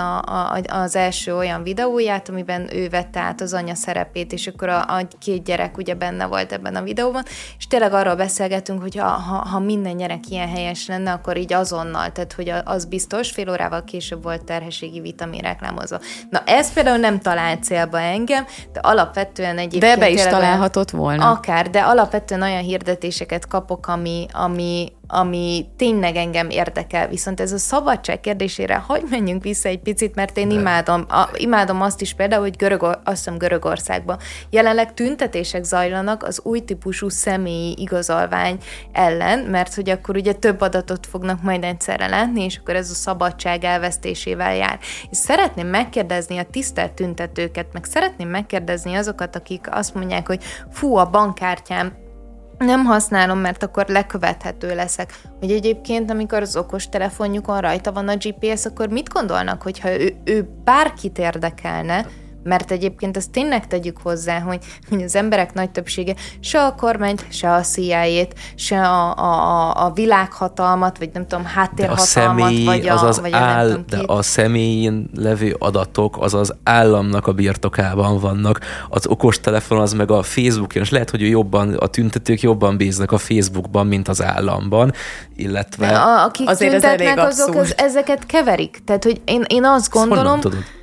az első olyan videóját, amiben ő vette át az anya szerepét, és akkor a két gyerek ugye benne volt ebben a videóban, és tényleg arról beszélgetünk, hogy ha minden gyerek ilyen helyes lenne, akkor így azonnal, tehát hogy az biztos, fél órával később volt terhességi vitamin reklámozva. Na ez például nem talált célba engem, de alapvetően egyébként... De ebbe is találhatott volna. Akár, de alapvetően olyan hirdetéseket kapok, ami tényleg engem érdekel. Viszont ez a szabadság kérdésére, hogy menjünk vissza egy picit, mert én imádom azt is például, hogy azt hiszem Görögországban jelenleg tüntetések zajlanak az új típusú személyi igazolvány ellen, mert hogy akkor ugye több adatot fognak majd egyszerre látni, és akkor ez a szabadság elvesztésével jár. És szeretném megkérdezni a tisztelt tüntetőket, meg szeretném megkérdezni azokat, akik azt mondják, hogy fú, a bankkártyám nem használom, mert akkor lekövethető leszek. Hogy egyébként, amikor az okostelefonjukon rajta van a GPS, akkor mit gondolnak, hogyha ő bárkit érdekelne, mert egyébként ezt tényleg tegyük hozzá, hogy az emberek nagy többsége se a kormányt, se a CIA-t, se a világhatalmat, vagy nem tudom, háttérhatalmat, de a személyen levő adatok az államnak a birtokában vannak. Az okostelefon az meg a Facebookon, és lehet, hogy a tüntetők jobban bíznak a Facebookban, mint az államban, illetve... Akik tüntetnek, azok ezeket keverik. Tehát, hogy én azt gondolom...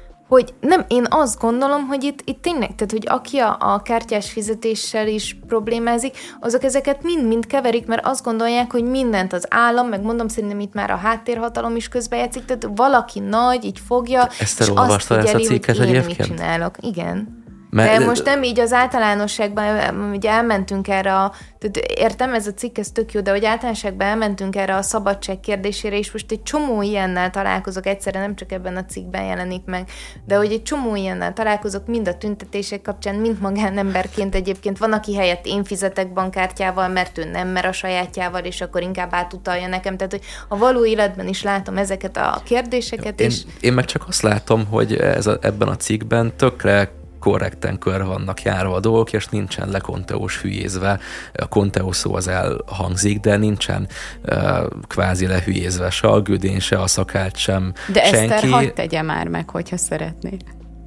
Én azt gondolom, hogy itt tényleg, tehát, hogy aki a kártyás fizetéssel is problémázik, azok ezeket mind keverik, mert azt gondolják, hogy mindent az állam, meg mondom, szerintem itt már a háttérhatalom is közbejátszik, tehát valaki nagy, így fogja, és azt figyeli, hogy én mit csinálok. Igen. De most nem így az általánosságban, ugye elmentünk erre tehát értem, ez a cikk, ez tök jó, de hogy általánosságban elmentünk erre a szabadság kérdésére, és most egy csomó ilyennel találkozok, egyszerre nem csak ebben a cikkben jelenik meg, de hogy egy csomó ilyennel találkozok, mind a tüntetések kapcsán, mind magánemberként egyébként. Van, aki helyett én fizetek bankkártyával, mert ő nem mer a sajátjával, és akkor inkább átutalja nekem. Tehát, hogy a való életben is látom ezeket a kérdéseket. Én meg csak azt látom, hogy ebben a cikkben tökre korrekten körbe vannak járva a dolgok, és nincsen lekonteós hülyézve. A konteó szó az elhangzik, de nincsen kvázi lehülyézve se a Gödény, se a Szakács, sem de senki. De Eszter, hagyd tegye már meg, hogyha szeretnéd.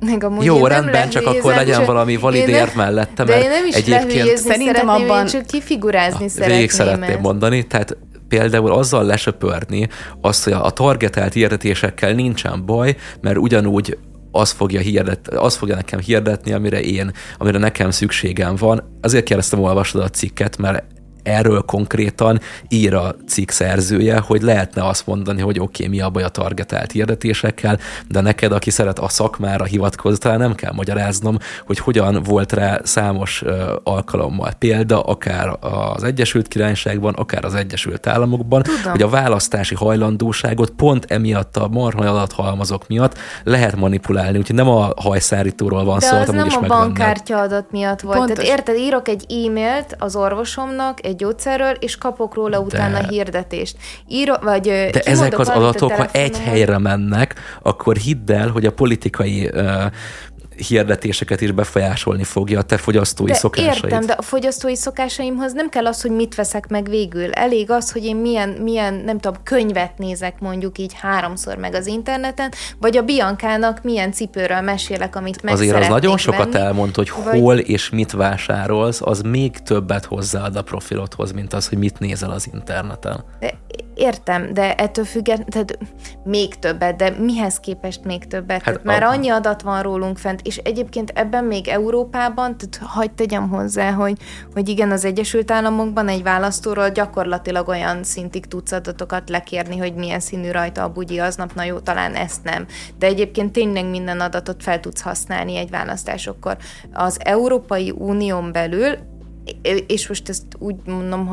Jó, rendben, csak akkor legyen valami valid érv mellette, mert de én nem is egyébként szerintem abban... én csak kifigurázni szeretném. Végig szeretném mondani, tehát például azzal lesöpörni azt, hogy a targetált hirdetésekkel nincsen baj, mert ugyanúgy az fogja nekem hirdetni, amire nekem szükségem van. Azért kérdeztem, olvasod a cikket, mert erről konkrétan ír a cikk szerzője, hogy lehetne azt mondani, hogy oké, mi a baj a targetált hirdetésekkel, de neked, aki szeret a szakmára hivatkozni, talán nem kell magyaráznom, hogy hogyan volt rá számos alkalommal példa, akár az Egyesült Királyságban, akár az Egyesült Államokban, tudom, hogy a választási hajlandóságot pont emiatt a marha adathalmazok miatt lehet manipulálni, úgyhogy nem a hajszárítóról van szó, de az nem a bankkártya adat miatt volt. Pontos. Tehát érted, írok egy e-mailt az orvosomnak, egy gyógyszerről, és kapok róla utána hirdetést. De ezek az adatok, ha egy helyre mennek, akkor hidd el, hogy a politikai hirdetéseket is befolyásolni fogja a te fogyasztói szokásaid. Értem, de a fogyasztói szokásaimhoz nem kell az, hogy mit veszek meg végül. Elég az, hogy én milyen nem tudom, könyvet nézek mondjuk így 3-szor meg az interneten, vagy a Biancának milyen cipőről mesélek, amit meg azért az nagyon sokat venni, elmond, hogy hol és mit vásárolsz, az még többet hozzáad a profilodhoz, mint az, hogy mit nézel az interneten. Értem, de ettől függetlenül, tehát még többet, de mihez képest még többet? Hát már annyi adat van rólunk fent, és egyébként ebben még Európában, tehát hagyd tegyem hozzá, hogy igen, az Egyesült Államokban egy választóról gyakorlatilag olyan szintig tudsz adatokat lekérni, hogy milyen színű rajta a bugyi aznap, na jó, talán ezt nem. De egyébként tényleg minden adatot fel tudsz használni egy választásokkor. Az Európai Unión belül, és most ezt úgy mondom,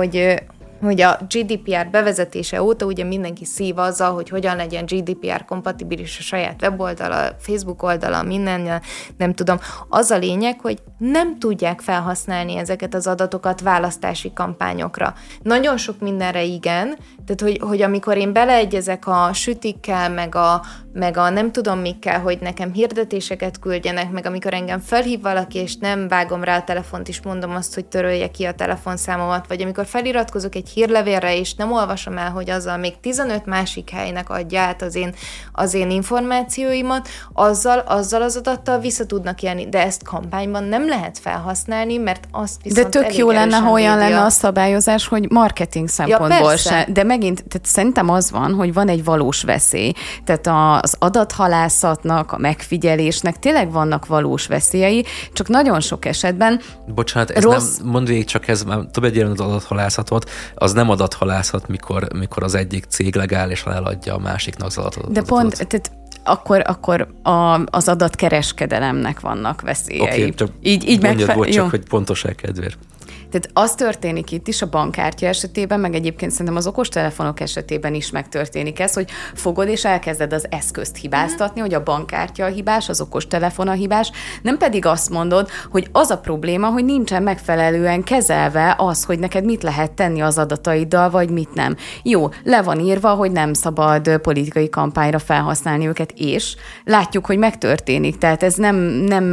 hogy a GDPR bevezetése óta ugye mindenki szív azzal, hogy hogyan legyen GDPR kompatibilis a saját weboldala, Facebook oldala, minden, nem tudom. Az a lényeg, hogy nem tudják felhasználni ezeket az adatokat választási kampányokra. Nagyon sok mindenre igen, tehát hogy amikor én beleegyezek a sütikkel, meg a nem tudom mikkel, hogy nekem hirdetéseket küldjenek, meg amikor engem felhív valaki, és nem vágom rá a telefont, és mondom azt, hogy törölje ki a telefonszámomat, vagy amikor feliratkozok egy hírlevélre, és nem olvasom el, hogy azzal még 15 másik helynek adja át az én információimat, azzal az adattal vissza tudnak élni, de ezt kampányban nem lehet felhasználni, mert azt viszont de tök jó lenne, ha olyan lenne a szabályozás, hogy marketing szempontból se. De megint, tehát szerintem az van, hogy van egy valós veszély. Tehát az adathalászatnak, a megfigyelésnek tényleg vannak valós veszélyei, csak nagyon sok esetben bocsánat, ez nem, mondd végig csak ez, több egyébként az adathalászatot, az nem adathalászat, mikor az egyik cég legálisan eladja a másiknak az adatot. De pont, tehát akkor az adatkereskedelemnek vannak veszélyei. Oké, csak mondjad, csak hogy pontoság kedvéért. Tehát az történik itt is a bankkártya esetében, meg egyébként szerintem az okostelefonok esetében is megtörténik ez, hogy fogod és elkezded az eszközt hibáztatni, hogy a bankkártya a hibás, az okostelefon a hibás, nem pedig azt mondod, hogy az a probléma, hogy nincsen megfelelően kezelve az, hogy neked mit lehet tenni az adataiddal, vagy mit nem. Jó, le van írva, hogy nem szabad politikai kampányra felhasználni őket, és látjuk, hogy megtörténik, tehát ez nem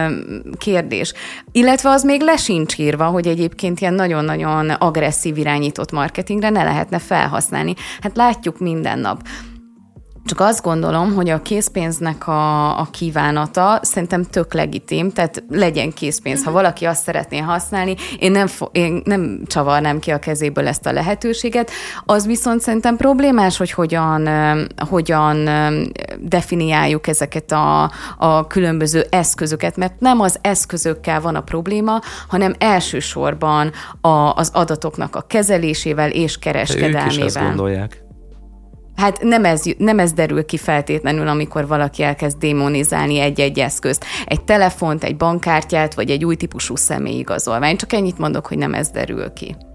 kérdés. Illetve az még le sincs írva, hogy egyébként ilyen nagyon-nagyon agresszív irányított marketingre ne lehetne felhasználni. Hát látjuk minden nap. Csak azt gondolom, hogy a készpénznek a kívánata szerintem tök legitim, tehát legyen készpénz. Ha valaki azt szeretné használni, én nem csavarnám ki a kezéből ezt a lehetőséget. Az viszont szerintem problémás, hogy hogyan definiáljuk ezeket a különböző eszközöket, mert nem az eszközökkel van a probléma, hanem elsősorban az adatoknak a kezelésével és kereskedelmével. Ők is ezt gondolják. Hát nem ez derül ki feltétlenül, amikor valaki elkezd démonizálni egy-egy eszközt. Egy telefont, egy bankkártyát, vagy egy új típusú személyigazolványt. Csak ennyit mondok, hogy nem ez derül ki.